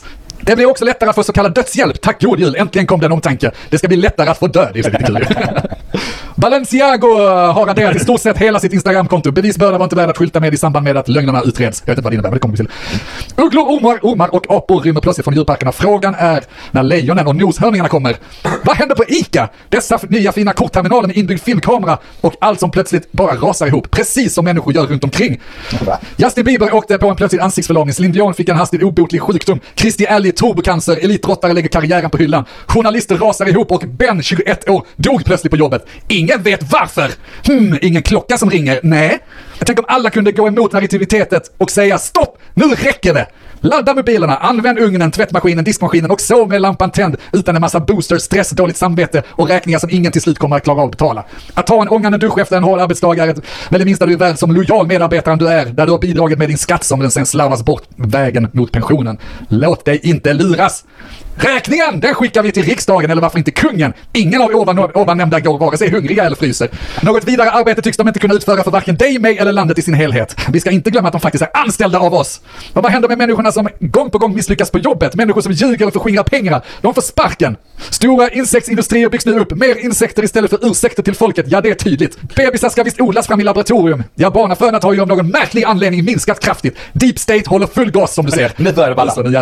Det blir också lättare att få så kallad dödshjälp. Tack god jul, äntligen kom det en omtanke. Det ska bli lättare att få död. Det är lite kul. Balenciago har raderat i stort sett hela sitt Instagramkonto. Bevisbörda var inte värd att skylta med i samband med att lögnerna utreds. Jag vet inte vad det innebär, men det kommer vi till. Ugglor, ormar och apor rymmer plötsligt från djurparkerna. Frågan är när lejonen och noshörningarna kommer. Vad händer på ICA? Dessa nya fina kortterminaler med inbyggd filmkamera och allt som plötsligt bara rasar ihop. Precis som människor gör runt omkring. Justin Bieber åkte på en plötslig ansiktsförlamning. Celine Dion fick en hastigt obotlig sjukdom. Christy Alley turbocancer. Elitbrottare lägger karriären på hyllan. Journalister rasar ihop och Ben, 21 år, dog plötsligt på jobbet. Ingen vet varför. Ingen klocka som ringer. Nej. Jag tänker om alla kunde gå emot narrativitet och säga stopp, nu räcker det. Ladda mobilerna, använd ugnen, tvättmaskinen, diskmaskinen och sov med lampan tänd utan en massa boosters, stress, dåligt samvete och räkningar som ingen till slut kommer att klara av att betala. Att ta en ångande dusch efter en hård arbetsdag är väl det minsta du är värd som lojal medarbetaren du är, där du har bidragit med din skatt som den sen slarvas bort vägen mot pensionen. Låt dig inte luras. Räkningen, den skickar vi till riksdagen eller varför inte kungen. Ingen av ovan nämnda går vare sig hungriga eller fryser. Något vidare arbete tycks de inte kunna utföra för varken dig, mig eller landet i sin helhet. Vi ska inte glömma att de faktiskt är anställda av oss. Vad händer med människorna som gång på gång misslyckas på jobbet? Människor som ljuger och förskingrar pengar. De får sparken. Stora insektsindustrier byggs nu upp. Mer insekter istället för ursäkter till folket. Ja, det är tydligt. Bebisar ska visst odlas fram i laboratorium. Ja, barnafödandet har ju av någon märklig anledning minskat kraftigt. Deep State håller full gas som du ser. Nu börjar det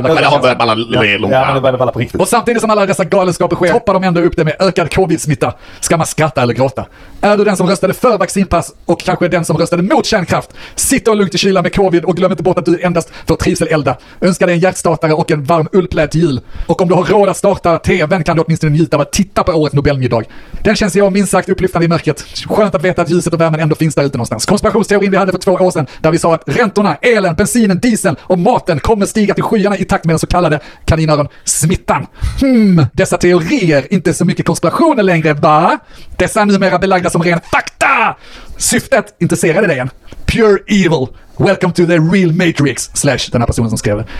balla. På riktigt. Och samtidigt som alla dessa galenskaper sker hoppar de ändå upp det med ökad covid-smitta. Ska man skratta eller gråta? Är du den som röstade för vaccinpass och kanske den som röstade mot kärnkraft? Sitter lugnt i kylan med covid och glöm inte bort att du endast får trivselelda. Önskar dig en hjärtstartare och en varm ullpläd till jul. Och om du har råd att starta tvn kan du åtminstone njuta av att titta på årets Nobelmiddag. Den känns jag minst sagt upplyftande i mörkret. Skönt att veta att ljuset och värmen ändå finns där ute någonstans. Konspirationsteorin vi hade för 2 år sedan där vi sa att räntorna, elen, bensinen, dieseln och maten kommer stiga till skyarna i takt med den så kallade kaninöron smittan. Dessa teorier, inte så mycket konspirationer längre, va? Dessa är numera belagda som ren fakta! Syftet intresserade dig än. Pure evil. Welcome to the real matrix. / den här personen som skrev det.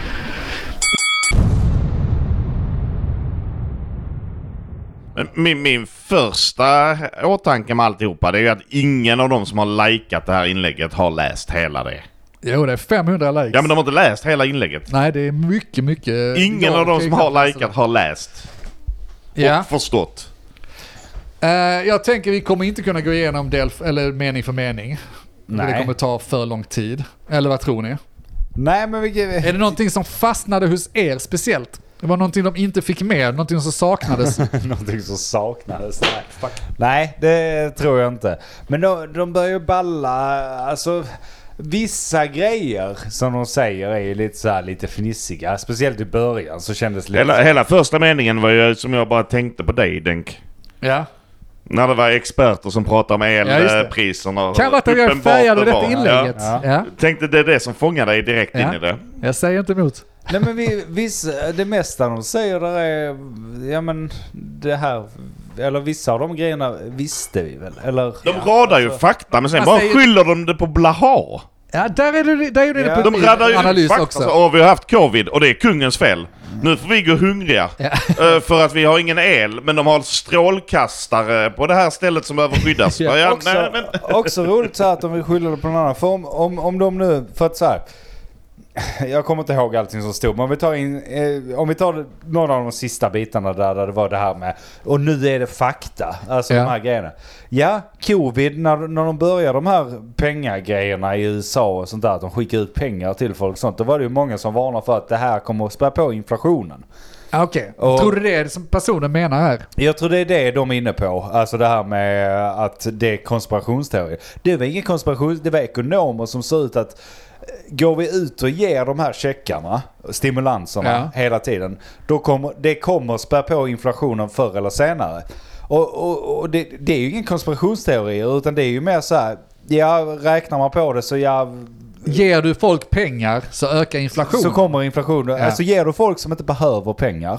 Min första åtanke med alltihopa det är ju att ingen av dem som har likat det här inlägget har läst hela det. Jo, det är 500 likes. Ja, men de har inte läst hela inlägget. Nej, det är mycket... Ingen av dem som har likat har läst. Och förstått. Jag tänker vi kommer inte kunna gå igenom eller mening för mening. Nej. Det kommer ta för lång tid. Eller vad tror ni? Nej, men Är det någonting som fastnade hos er speciellt? Det var någonting de inte fick med, någonting som saknades. Någonting som saknades. Nej, det tror jag inte. Men de börjar ju balla, alltså vissa grejer som de säger är ju lite så här, lite fnissiga. Speciellt i början så kändes det lite... Hela första meningen var ju som jag bara tänkte på dig, Denk. Ja. När det var experter som pratade om elpriserna. Ja, kan vara att jag färgade detta inlägget. Ja. Tänkte det är det som fångade dig direkt in i det. Jag säger inte emot. Nej, men det mesta de säger där är, ja men det här, eller vissa av de grejerna visste vi väl. Eller, de radar ju fakta, men sen bara skyller de det på blaha. Ja, där är du på de radar ju analys fakta också. Så, vi har haft covid och det är kungens fel. Nu får vi gå hungriga för att vi har ingen el, men de har strålkastare på det här stället som behöver skyddas. Också roligt så att de vill skylla det på någon annan. För om de nu, för att så här, jag kommer inte ihåg allting som stod, men om vi tar några av de sista bitarna där det var det här med, och nu är det fakta, alltså de här grejerna. Ja, covid, när de börjar de här pengagrejerna i USA och sånt där, att de skickar ut pengar till folk och sånt, då var det ju många som varnar för att det här kommer att spä på inflationen. Okej. Tror du det är det som personen menar här? Jag tror det är det de är inne på. Alltså det här med att det är konspirationsteori. Det var ingen konspiration, det var ekonomer som såg ut att går vi ut och ger de här checkarna, stimulanserna hela tiden, då kommer spä på inflationen förr eller senare. Och det är ju ingen konspirationsteori, utan det är ju mer så här, räknar man på det så ger du folk pengar så ökar inflationen. Så kommer inflationen. Ja. Alltså ger du folk som inte behöver pengar,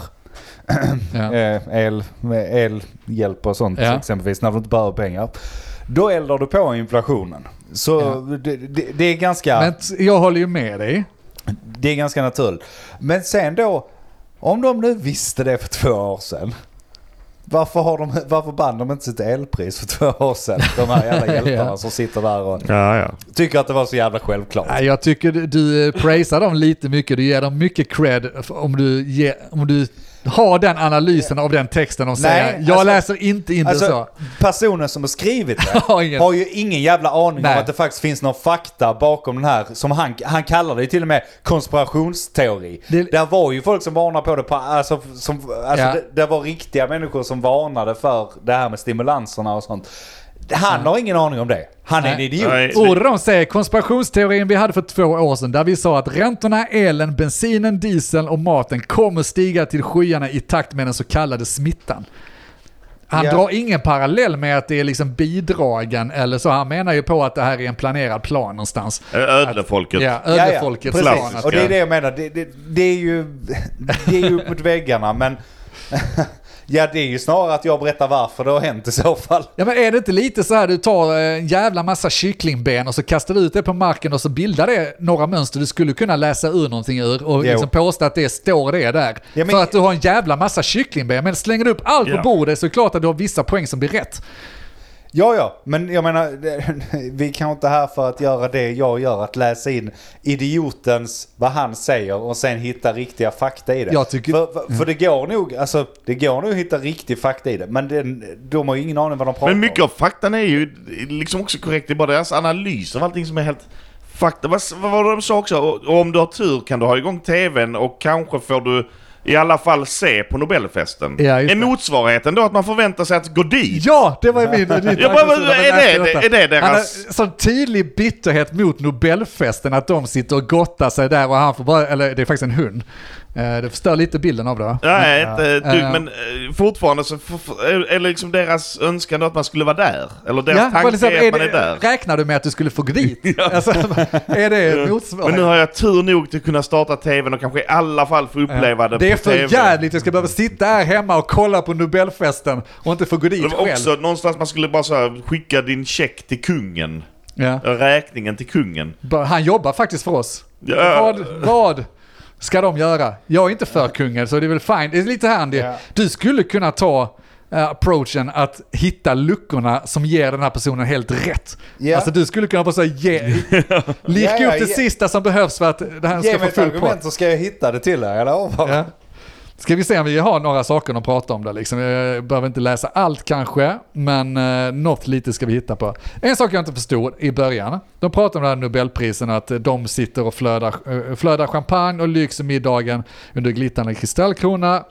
elhjälp och sånt exempelvis, när du inte behöver pengar, då eldar du på inflationen. Så det är ganska... Men jag håller ju med dig. Det är ganska naturligt. Men sen då, om de nu visste det för 2 år sedan, Varför band de inte sitt elpris för 2 år sedan? De här jävla hjältarna som sitter där och tycker att det var så jävla självklart. Nej, jag tycker du praisar dem lite mycket. Du ger dem mycket cred om du har den analysen av den texten och säger jag läser inte in det så. Personen som har skrivit det har ju ingen jävla aning om att det faktiskt finns någon fakta bakom den här, som han kallar det till och med konspirationsteori. Det var ju folk som varnade på det det var riktiga människor som varnade för det här med stimulanserna och sånt. Han har ingen aning om det. Han är en idiot. Och de säger konspirationsteorin vi hade för 2 år sedan där vi sa att räntorna, elen, bensinen, dieseln och maten kommer stiga till skyarna i takt med den så kallade smittan. Han drar ingen parallell med att det är liksom bidragen eller så. Han menar ju på att det här är en planerad plan någonstans. Ödlefolket. Ödlefolkets plan. Och det är det jag menar. Det är ju upp mot väggarna, men... Ja, det är ju snarare att jag berättar varför det har hänt i så fall. Ja, men är det inte lite så här du tar en jävla massa kycklingben och så kastar du ut det på marken och så bildar det några mönster du skulle kunna läsa ur någonting ur och liksom påstå att det står det där. Ja, för att du har en jävla massa kycklingben. Men slänger du upp allt på bordet så är det klart att du har vissa poäng som blir rätt. Ja, men jag menar, vi kan inte här för att göra det jag gör, att läsa in idiotens, vad han säger och sen hitta riktiga fakta i det. Jag tycker... för det går nog att hitta riktig fakta i det, men de har ju ingen aning vad de pratar om. Men mycket av faktan är ju liksom också korrekt, det är bara deras analys av allting som är helt fakta. Vad var det de sa också? Och om du har tur kan du ha igång tvn och kanske får du i alla fall se på Nobelfesten. Ja, är motsvarigheten då att man förväntar sig att gå dit? Ja, det var min... är det deras... Han har sån tydlig bitterhet mot Nobelfesten att de sitter och gottar sig där och han får bara... Eller det är faktiskt en hund. Det förstör lite bilden av det. Nej, men fortfarande så är liksom deras önskan då att man skulle vara där. Eller deras tanke är att man är där. Räknar du med att du skulle få gå dit? Alltså, är det motsvarande? Men nu har jag tur nog till att kunna starta tvn och kanske i alla fall få uppleva det på TV. Det är för jävligt. Jag ska behöva sitta här hemma och kolla på Nobelfesten och inte få gå dit själv. Också någonstans man skulle bara så här, skicka din check till kungen. Ja. Räkningen till kungen. Han jobbar faktiskt för oss. Ja. Vad ska de göra? Jag är inte för kungen, så det är väl fine. Det är lite handy. Du skulle kunna ta approachen att hitta luckorna som ger den här personen helt rätt. Alltså du skulle kunna bara säga lirka upp det sista som behövs för att det här ska få full argument så ska jag hitta det till här, eller? Ska vi se om vi har några saker att prata om där liksom. Jag behöver inte läsa allt kanske, men något lite ska vi hitta på. En sak jag inte förstod i början. De pratar om det här Nobelprisen, att de sitter och flödar champagne och lyxar middagen under glittande kristallkrona.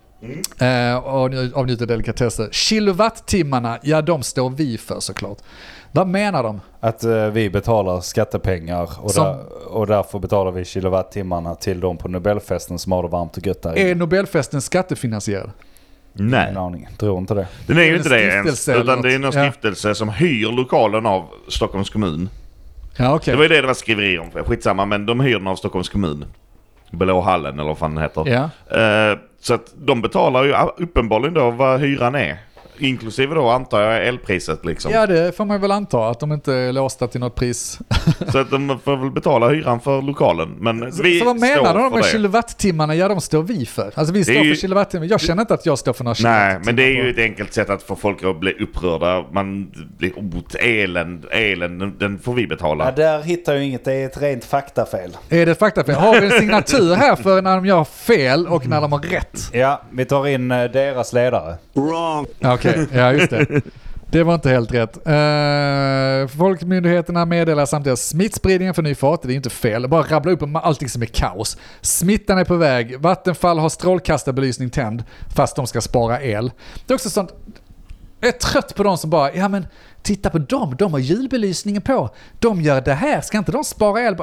Och avnjuter delikatesser. Kilowattimmarna, de står vi för såklart. Vad menar de? Att vi betalar skattepengar och därför betalar vi kilowattimmarna till dem på Nobelfesten som har det varmt och gött där. Är Nobelfesten skattefinansierad? Nej. Ingen aning, tror inte det. Den är ju inte det ens, utan det är en stiftelse som hyr lokalen av Stockholms kommun. Ja, okay. Det var ju det var skriveri om, skitsamma, men de hyr den av Stockholms kommun. Blåhallen eller vad fan den heter. Ja. Så att de betalar ju uppenbarligen då vad hyran är. Inklusive då antar jag elpriset liksom. Ja, det får man väl anta att de inte är låsta till något pris. Så att de får väl betala hyran för lokalen. Men så vad menar de med kilowattimmarna? Ja, de står vi för. Alltså vi står för kilowattimmar. Jag känner inte att jag står för några kilowattimmar. Nej, men det är ju ett enkelt sätt att få folk att bli upprörda. Man blir elen, den får vi betala. Ja, där hittar ju inget. Det är ett rent faktafel. Är det ett faktafel? Har vi en signatur här för när de gör fel och när de har rätt? Ja, vi tar in deras ledare. Wrong. Okej, ja just det. Det var inte helt rätt. Folkmyndigheterna meddelar samtidigt smittspridningen för ny fart. Det är inte fel. Bara rabbla upp om allting som är kaos. Smittan är på väg. Vattenfall har strålkastarbelysning tänd fast de ska spara el. Det är också sånt. Jag är trött på de som bara, ja men titta på dem. De har julbelysningen på. De gör det här. Ska inte de spara el?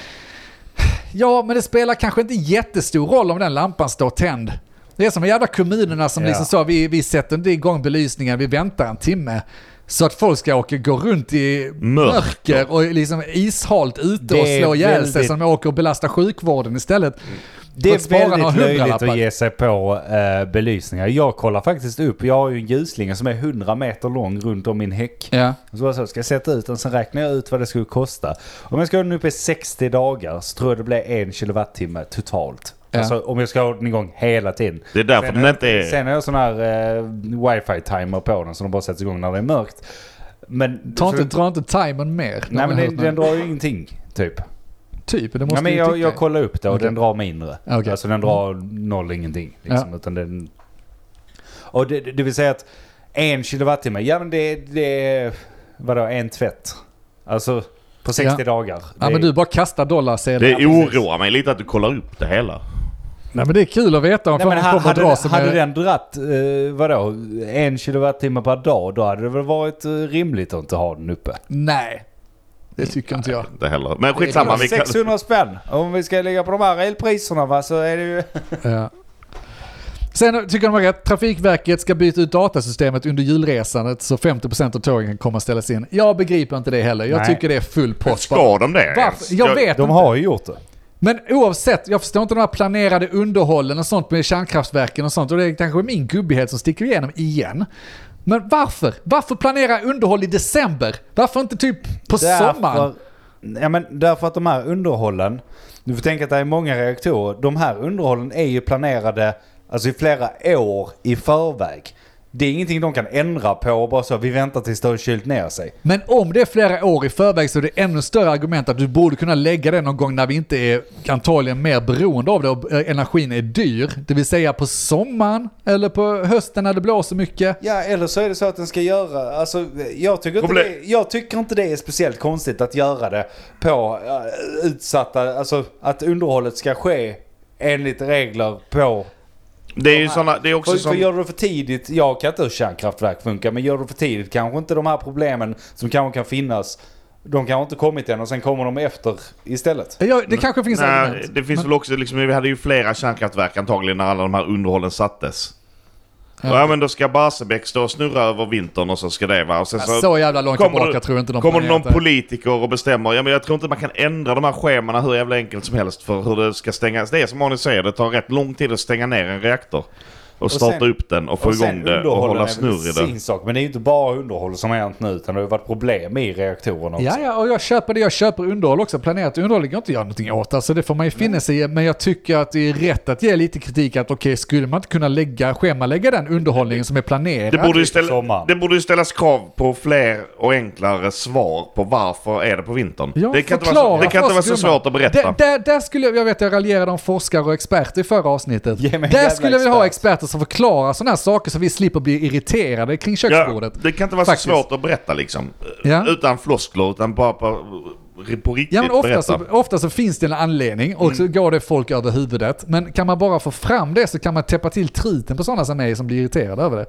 Ja, men det spelar kanske inte jättestor roll om den lampan står tänd. Det är som de jävla kommunerna som liksom sa vi sätter inte igång belysningen, vi väntar en timme så att folk ska gå runt i mörker och liksom ishalt ute och slå ihjäl sig som de åker och belastar sjukvården istället. Det är väldigt löjligt att ge sig på belysningar. Jag kollar faktiskt upp, jag har ju en ljuslinje som är 100 meter lång runt om min häck. Ja. Så ska jag sätta ut den, sen räknar jag ut vad det skulle kosta. Om jag ska ha den uppe i 60 dagar så tror jag det blir 1 kilowattimme totalt. Ja. Alltså om jag ska ha den igång hela tiden. Det är därför den inte är... Sen är jag sån här wifi-timer på den så de bara sätts igång när det är mörkt. Men Dra inte timern mer. nej, men den drar ju ingenting, typ. Typ, det måste Ja, men jag kollar upp det och Okej. den drar mindre. Okej. Alltså den drar noll ingenting. Liksom, Ja. utan den... Och det vill säga att 1 kilowattimme, ja men det är vadå, en tvätt. Alltså på 60 dagar. Ja, men du bara kastar dollarsedlar. Det oroar mig lite att du kollar upp det hela. Nej, men det är kul att veta om Nej, men folk kommer att dra sig hade med... den dratt, vadå, 1 kilowattimme per dag, då hade det väl varit rimligt att inte ha den uppe. Nej, det tycker inte jag. Inte heller. Men skitsamma. Vi kan... 600 spänn. Om vi ska lägga på de här elpriserna, va, så är det ju... Ja. Sen tycker de att Trafikverket ska byta ut datasystemet under julresandet så 50% av tågen kan komma att ställas in. Jag begriper inte det heller. Jag Nej. tycker det är full pott. Ska de det? Varför? Jag vet De inte. har ju gjort det. Men oavsett, jag förstår inte de här planerade underhållen och sånt med kärnkraftverken och sånt. Och det är kanske min gubbighet som sticker igenom igen. Men varför? Varför planera underhåll i december? Varför inte typ på sommaren? Ja, men därför att de här underhållen, du får tänka att det är många reaktorer, de här underhållen är ju planerade alltså i flera år i förväg. Det är ingenting de kan ändra på och bara så vi väntar tills det har kylt ner sig. Men om det är flera år i förväg så är det ännu större argument att du borde kunna lägga det någon gång när vi inte är antagligen mer beroende av det och energin är dyr. Det vill säga på sommaren eller på hösten när det blåser mycket. Ja, eller så är det så att den ska göra, alltså jag tycker inte det är speciellt konstigt att göra det på utsatta, alltså att underhållet ska ske enligt regler på. Det är ju såna, det är också För gör du det för tidigt, jag kan inte hur kärnkraftverk funkar, men gör du det för tidigt kanske inte de här problemen som kanske kan finnas, de kanske inte kommit än och sen kommer de efter istället. Ja, det kanske finns Nej, argument. det finns väl också, liksom, vi hade ju flera kärnkraftverk antagligen när alla de här underhållen sattes. Ja, men då ska Barsebäck stå och snurra över vintern och så ska det vara. Och sen Så jävla långt tillbaka tror jag inte de kommer det någon planerat det. politiker och bestämmer. Ja, men jag tror inte man kan ändra de här schemarna hur jävla enkelt som helst för hur det ska stängas. Det är som Arne säger, det tar rätt lång tid att stänga ner en reaktor. Och starta sen, upp den och få igång det och hålla snurr i den. Sin sak, men det är ju inte bara underhåll som har hänt nu, utan det har ju varit problem i reaktorerna också. Ja, och jag köper underhåll också. Planerat underhåll kan inte göra någonting åt. Alltså det får man ju finna sig i. Men jag tycker att det är rätt att ge lite kritik att okej, skulle man inte kunna schemalägga den underhållningen som är planerad? Det borde ju ställas krav på fler och enklare svar på varför är det på vintern. Ja, det kan inte vara så svårt att berätta. Där skulle jag vet jag raljerade om forskare och experter i förra avsnittet. Där skulle jag vilja ha experter som förklarar sådana här saker så vi slipper bli irriterade kring köksbordet. Ja, det kan inte vara så svårt att berätta liksom. Ja. Utan floskler, utan bara på riktigt ja, men ofta så finns det en anledning och så går det folk över huvudet. Men kan man bara få fram det så kan man täppa till truten på sådana som mig som blir irriterade över det.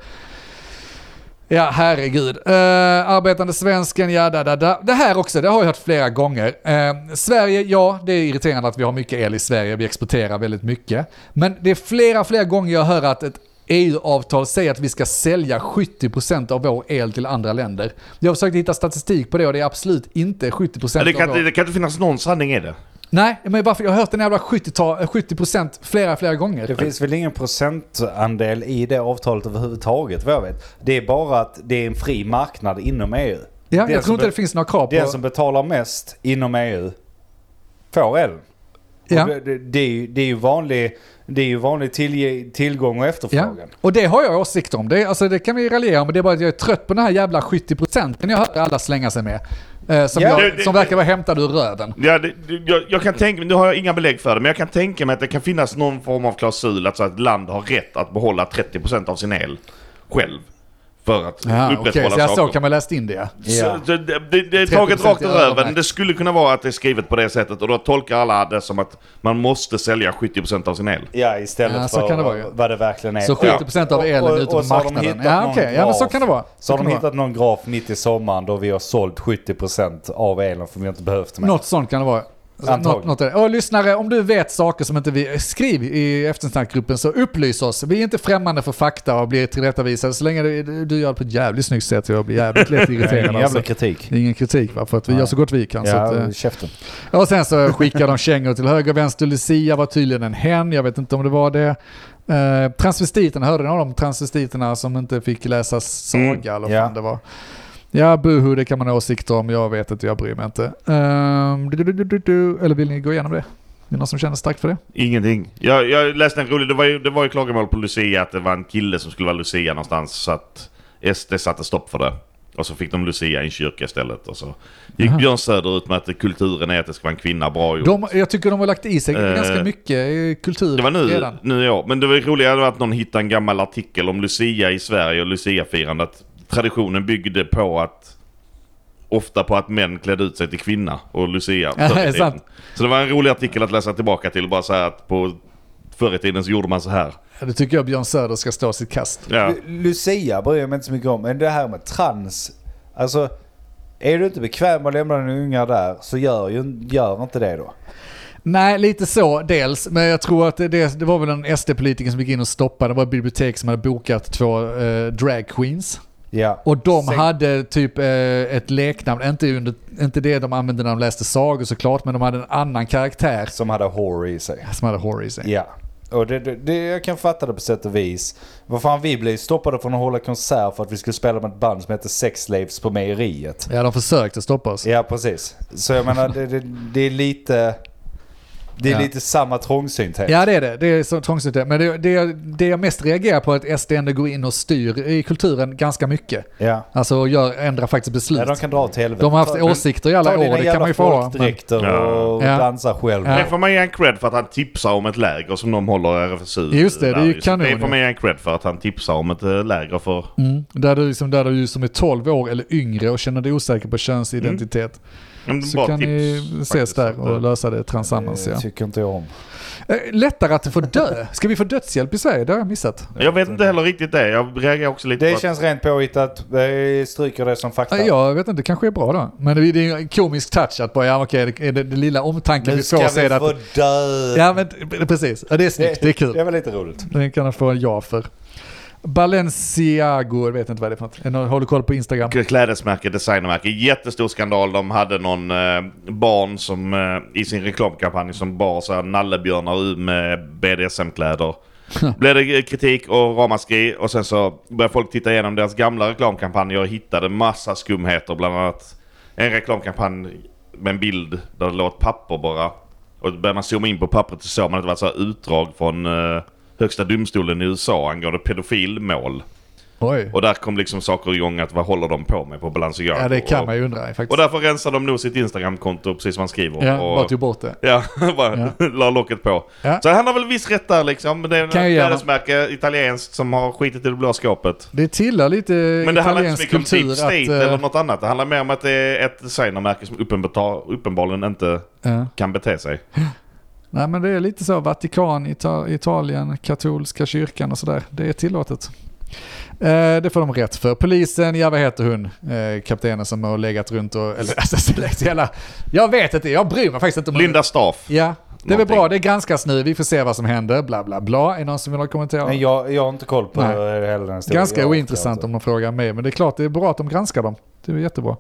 Ja, herregud. Arbetande svensken, ja, det här också, det har jag hört flera gånger. Sverige, ja, det är irriterande att vi har mycket el i Sverige. Vi exporterar väldigt mycket. Men det är flera gånger jag hör att ett EU-avtal säger att vi ska sälja 70% av vår el till andra länder. Jag har försökt hitta statistik på det och det är absolut inte 70% det kan inte finnas någon sanning i det. Nej, men varför? Jag har hört den jävla 70% flera gånger. Det finns väl ingen procentandel i det avtalet överhuvudtaget, vad jag vet. Det är bara att det är en fri marknad inom EU. Ja, jag tror inte det finns några krav på... Den som betalar mest inom EU får el. Ja. Det är ju vanlig tillgång och efterfrågan. Ja. Och det har jag åsikter om. Det kan vi raljera om, men det är bara att jag är trött på den här jävla 70% jag hör alla slänga sig med. Som verkar vara hämtad ur röven. Ja, jag kan tänka, nu har jag inga belägg för det, men jag kan tänka mig att det kan finnas någon form av klausul att så ett land har rätt att behålla 30% av sin el själv. För att upprätthålla saker. Så kan man läst in det. Ja. Så det är taget rakt ur röven. Det skulle kunna vara att det är skrivet på det sättet och då tolkar alla det som att man måste sälja 70% av sin el. Ja, istället så för kan det vara, vad det verkligen är. Så 70% av elen ute på marknaden. Ja, okej. Ja, men så kan det vara. Så har de hittat någon graf mitt i sommaren då vi har sålt 70% av elen för vi har inte behövt mer. Något sånt kan det vara. Och lyssnare, om du vet saker som inte vi skriv i eftersnackgruppen så upplys oss. Vi är inte främmande för fakta och blir tillrättavisade så länge du gör det på ett jävligt snyggt sätt. Jag blir jävligt lätt irriterad. Jävla kritik. Det är ingen kritik, va? För att vi gör så gott vi kan. Ja, så att, käften. Och sen så skickar de kängor till höger och vänster. Lucia var tydligen en hen. Jag vet inte om det var det. Transvestiterna, hörde ni om de transvestiterna som inte fick läsa saga eller vad det var? Ja, buhu, det kan man ha åsikter om. Jag vet inte, jag bryr mig inte. Eller vill ni gå igenom det? Det är någon som känner starkt för det? Ingenting. Jag läste en rolig, det var ju klagomål på Lucia att det var en kille som skulle vara Lucia någonstans, så att SD satte stopp för det. Och så fick de Lucia i en kyrka istället. Och så gick Björn Söder ut med att kulturen är att det ska vara en kvinna, bra gjort. Jag tycker de har lagt i sig ganska mycket kultur. Det var redan. nu i år. Men det var roligare att någon hittade en gammal artikel om Lucia i Sverige och Lucia-firandet. Traditionen byggde på att män klädde ut sig till kvinna och Lucia. Så det var en rolig artikel att läsa tillbaka till. Bara så här att förr i tiden så gjorde man så här. Det tycker jag Björn Söder ska stå sitt kast. Ja. Lucia bryr jag mig inte så mycket om. Men det här med trans. Alltså, är du inte bekväm med att lämna den unga där, så gör inte det då. Nej, lite så dels. Men jag tror att det var väl en SD-politiker som gick in och stoppade. Det var ett bibliotek som hade bokat 2 drag queens. Ja. Och de hade typ ett leknamn. Inte det de använde när de läste sagor såklart, men de hade en annan karaktär. Som hade horror i sig. Ja. Och jag kan fatta det på sätt och vis. Vad fan, vi blev stoppade från att hålla konsert för att vi skulle spela med ett band som heter Sex Slaves på mejeriet. Ja, de försökte stoppa oss. Ja, precis. Så jag menar, det är lite... Det är lite samma trångsynthet. Ja, det är det. Det är så trångsynthet. Men det jag mest reagerar på är att SD ändå går in och styr i kulturen ganska mycket. Ja. Alltså ändrar faktiskt beslut. Ja, de kan dra åt helvete. De har haft åsikter i alla år, det kan man ju få ha. Och dansa själv. Det får man ge en cred för att han tipsar om ett läger som de håller RFSU. Just det, det är ju kanon. Det får man ge en cred för att han tipsar om ett läger för... Där du som är 12 år eller yngre och känner dig osäker på könsidentitet. Så kan ni ses där och lösa det tillsammans. Det tycker inte jag om. Lättare att få dö. Ska vi få dödshjälp i Sverige? Det har jag missat. Jag vet inte heller riktigt det. Jag reagerar också lite det på känns rent påhittat. Stryker det som fakta. Jag vet inte, det kanske är bra då. Men det är en komisk touch att bara, det lilla omtanken vi får. Nu ska vi få dö. Ja, men precis. Ja, det är snyggt. Det är kul. Det var lite roligt. Den kan jag få en ja för. Balenciaga, jag vet inte vad det är för något. Har du koll på Instagram? Klädesmärke, designermärke. Jättestor skandal. De hade någon barn som i sin reklamkampanj som bar så här nallebjörnar med BDSM-kläder. Blev det kritik och ramaskri, och sen så började folk titta igenom deras gamla reklamkampanjer och hittade massa skumheter. Bland annat en reklamkampanj med en bild där det låg ett papper bara. Och då började man zooma in på pappret och så man att det var så här utdrag från... högsta domstolen i USA angående pedofilmål. Oj. Och där kom liksom saker igång att vad håller de på med på Balenciaga. Ja, det kan man ju undra faktiskt. Och därför rensar de nog sitt Instagram-konto precis som man skriver. Ja, bara tog bort det. Ja, bara la locket på. Ja. Så han har väl viss rätt där liksom. Det är en klädesmärke italienskt som har skitit i det blå skåpet. Det tillhör lite men det handlar inte så mycket om deep state eller något annat. Det handlar mer om att det är ett designermärke som uppenbarligen inte kan bete sig. Nej, men det är lite så. Vatikan, Italien, katolska kyrkan och sådär. Det är tillåtet. Det får de rätt för. Polisen, vad heter hon? Kaptenen som har legat runt och... jag vet inte, jag bryr mig faktiskt inte om... Linda Staff. Ja, det är väl bra. Det granskas nu. Vi får se vad som händer. Bla bla bla. Är någon som vill kommentera? Nej, jag har inte koll på hela den historien. Ganska ointressant om de frågar mig. Men det är klart, det är bra att de granskar dem. Det är jättebra.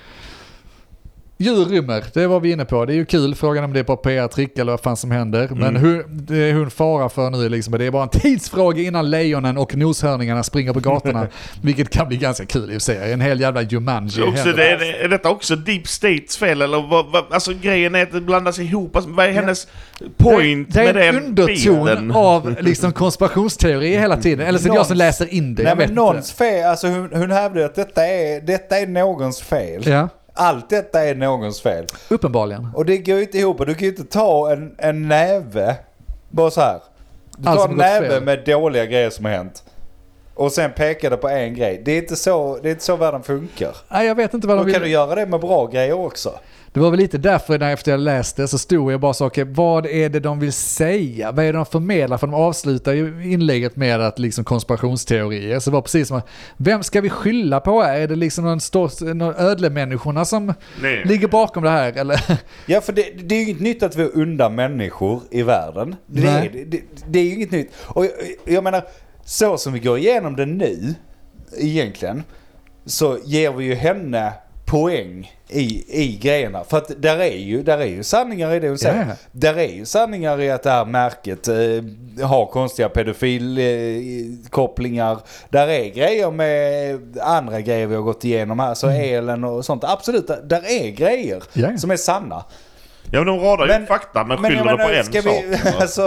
Djur rymmer, det var vi inne på. Det är ju kul, frågan om det är på PR-trick eller vad fan som händer. Men det hon farar för nu liksom, det är bara en tidsfråga innan lejonen och noshörningarna springer på gatorna. Vilket kan bli ganska kul i sig. En hel jävla Jumanji. Är detta också Deep States fel? Eller alltså grejen är att det blandas ihop. Alltså, vad är hennes point med den Det är en underton av liksom konspirationsteori hela tiden. Eller så är det jag som läser in det. Nej, men någons fel. Alltså hon hävdar att detta är någons fel. Ja. Allt detta är någons fel. Uppenbarligen. Och det går inte ihop. Du kan ju inte ta en näve bara så här. Du tar en näve med dåliga grejer som har hänt. Och sen pekar det på en grej. Det är inte så världen funkar. Nej, jag vet inte vad de vill. Kan du göra det med bra grejer också? Det var väl lite därför när efter jag läste så stod jag bara så okej, vad är det de vill säga? Vad är det de förmedlar? För de avslutar ju inlägget med att liksom konspirationsteorier. Så det var precis som, vem ska vi skylla på? Är det liksom någon ödlemänniskorna som ligger bakom det här? Eller? Ja, för det är ju inget nytt att vi är undan människor i världen. Det är ju inget nytt. Och jag menar, så som vi går igenom det nu egentligen, så ger vi ju henne poäng i grejerna. För att där är ju sanningar i det hon säger. Yeah. Där är ju sanningar i att det här märket har konstiga pedofilkopplingar. Där är grejer med andra grejer vi har gått igenom här. Så elen och sånt. Absolut, där är grejer som är sanna. Ja, men de radar ju fakta men skyller det på en sak. Alltså,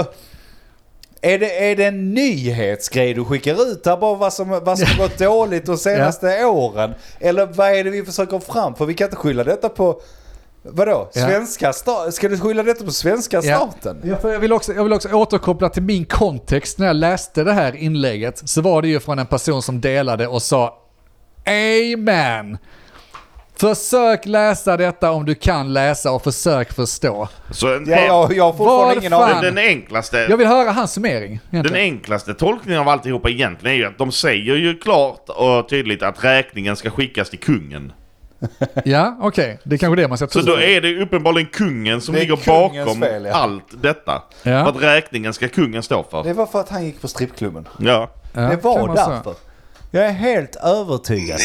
är det en nyhetsgrej du skickar ut där bara vad som har gått dåligt de senaste åren? Eller vad är det vi försöker fram? För vi kan inte skylla detta på... Vadå? Ska du skylla detta på svenska staten? Ja, för jag vill också återkoppla till min kontext. När jag läste det här inlägget så var det ju från en person som delade och sa Amen. Försök läsa detta om du kan läsa och försök förstå. Så jag har fortfarande ingen aning. Den enklaste... Jag vill höra hans summering. Egentligen. Den enklaste tolkningen av alltihopa egentligen är ju att de säger ju klart och tydligt att räkningen ska skickas till kungen. Ja, okej. Det är kanske det man ska tro. Så då är det uppenbarligen kungen som ligger bakom allt detta. Ja. För att räkningen ska kungen stå för. Det var för att han gick på strippklubben. Ja. Det var därför. Jag är helt övertygad.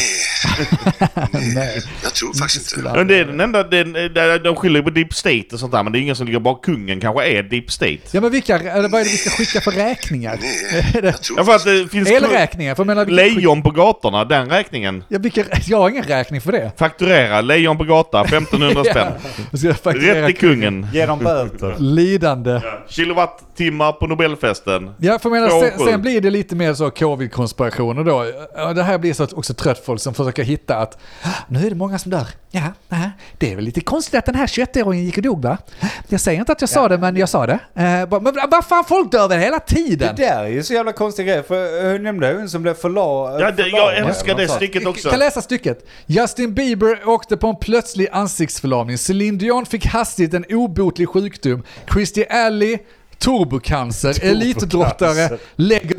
Nej, jag tror faktiskt inte. Men det är den enda, de skyller på Deep State och sånt där, men det är ingen som ligger bak kungen kanske är Deep State. Ja, men vad är det vi ska skicka för räkningar? Ja, för att det finns elräkningar. För lejon på gatorna, den räkningen. Ja, jag har ingen räkning för det. Fakturera, lejon på gata, 1500 spänn. Rätt till kungen. Genom böter. Lidande. Ja. Kilowattimmar på Nobelfesten. Ja, för sen blir det lite mer så covid-konspirationer då. Det här blir så också trött folk som försöker hitta att nu är det många som dör. Ja, det är väl lite konstigt att den här 21-åringen gick och dog, va? Jag säger inte att jag sa det, men jag sa det. Men vad fan, folk dör väl hela tiden? Det där är ju så jävla konstig grej. För jag nämnde hon som blev jag älskar det stycket också. Jag kan läsa stycket. Justin Bieber åkte på en plötslig ansiktsförlamning. Celine Dion fick hastigt en obotlig sjukdom. Christy Alley turbocancer, elitidrottare lägger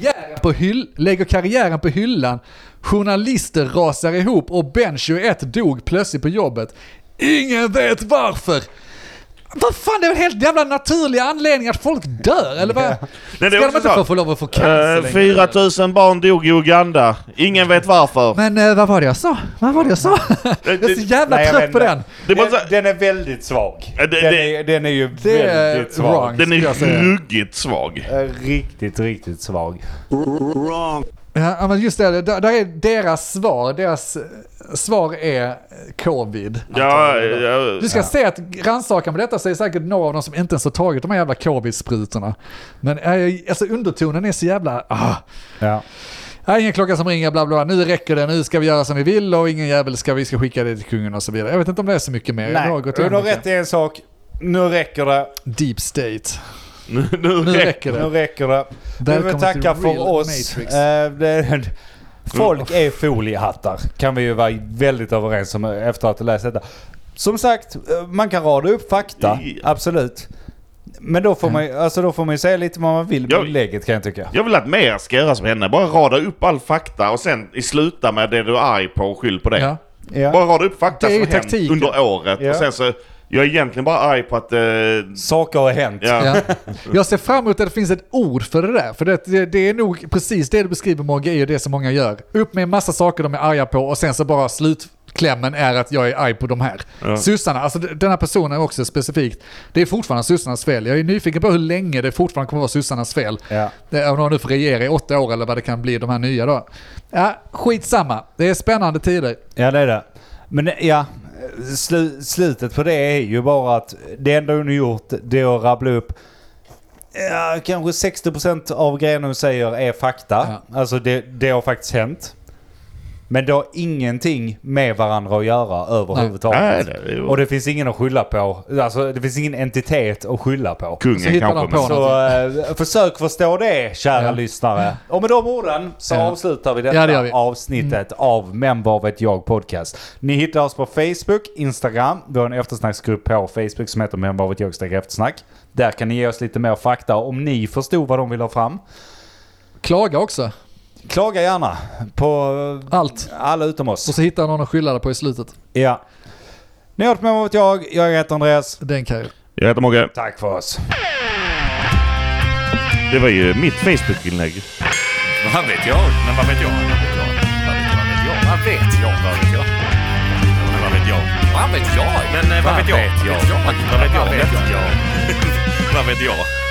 karriären på hyllan. Journalister rasar ihop och Ben 21 dog plötsligt på jobbet. Ingen vet varför. Vad fan, det är väl helt jävla naturliga anledningar att folk dör, eller vad? Nej, ska de inte få lov att få cancer 4000 barn dog i Uganda. Ingen vet varför. Men vad var det jag sa? Jag är så jävla trött på den. Den är väldigt svag. Den är ju väldigt svag. Den är ruggigt svag. Riktigt svag. Ja, men just det, där är deras svar är covid. Du ska se att rannsaka med detta så är det säkert några av dem som inte ens har tagit de här jävla covid-sprutorna. Men alltså undertonen är så jävla... Ja. Ingen klocka som ringer, bla bla, nu räcker det, nu ska vi göra som vi vill och ingen jävel vi ska skicka det till kungen och så vidare. Jag vet inte om det är så mycket mer. Nej, du har rätt i en sak. Nu räcker det. Deep State. Nu räcker det. Nu räcker det. Vi vill tacka för oss. Folk är foliehattar. Kan vi ju vara väldigt överens om efter att ha läst detta. Som sagt, man kan rada upp fakta. Absolut. Men då får man ju säga lite vad man vill med läget, kan jag tycka. Jag vill att mer ska göra som henne. Bara rada upp all fakta och sen sluta med det du är arg på och skyll på det. Ja. Bara rada upp fakta som hänt under året. Ja. Och sen så... Jag är egentligen bara arg på att... Saker har hänt. Ja. Jag ser fram emot att det finns ett ord för det där. För det är nog precis det du beskriver, Mogge, är ju det som många gör. Upp med en massa saker de är arga på och sen så bara slutklämmen är att jag är arg på de här. Ja. Sussarna, alltså den här personen också specifikt. Det är fortfarande sussarnas fel. Jag är nyfiken på hur länge det fortfarande kommer vara sussarnas fel. Ja. Om de nu får regera i 8 år eller vad det kan bli, de här nya då. Ja, skitsamma. Det är spännande tider. Ja, det är det. Men ja... Slutet på det är ju bara att det enda hon har gjort, det är att rabbla upp kanske 60% av grejerna hon säger är fakta. Ja. Alltså det har faktiskt hänt. Men det har ingenting med varandra att göra överhuvudtaget. Nej, och det finns ingen att skylla på. Alltså det finns ingen entitet att skylla på. Kungen kanske. Så försök förstå det, kära lyssnare. Och med de orden så avslutar vi detta avsnittet av Men vad vet jag podcast. Ni hittar oss på Facebook, Instagram. Vi har en eftersnacksgrupp på Facebook som heter Men vad vet jag eftersnack. Där kan ni ge oss lite mer fakta om ni förstod vad de vill ha fram. Klaga också. Klaga gärna på allt. Alla utom oss. Och så hittar någon att skylla det på i slutet. Ja. Ni har hört med vad vet jag heter Andreas. Den kan jag heter Mogge. Tack för oss. Det var ju mitt Facebook-inlägg. Vad vet jag? Men vad vet jag? Vad vet jag? Vad vet jag? Vad vet jag? Men vad vet jag? Vad vet jag? Men vad vet jag? Vad vet jag? Vad vet jag? Vad vet jag?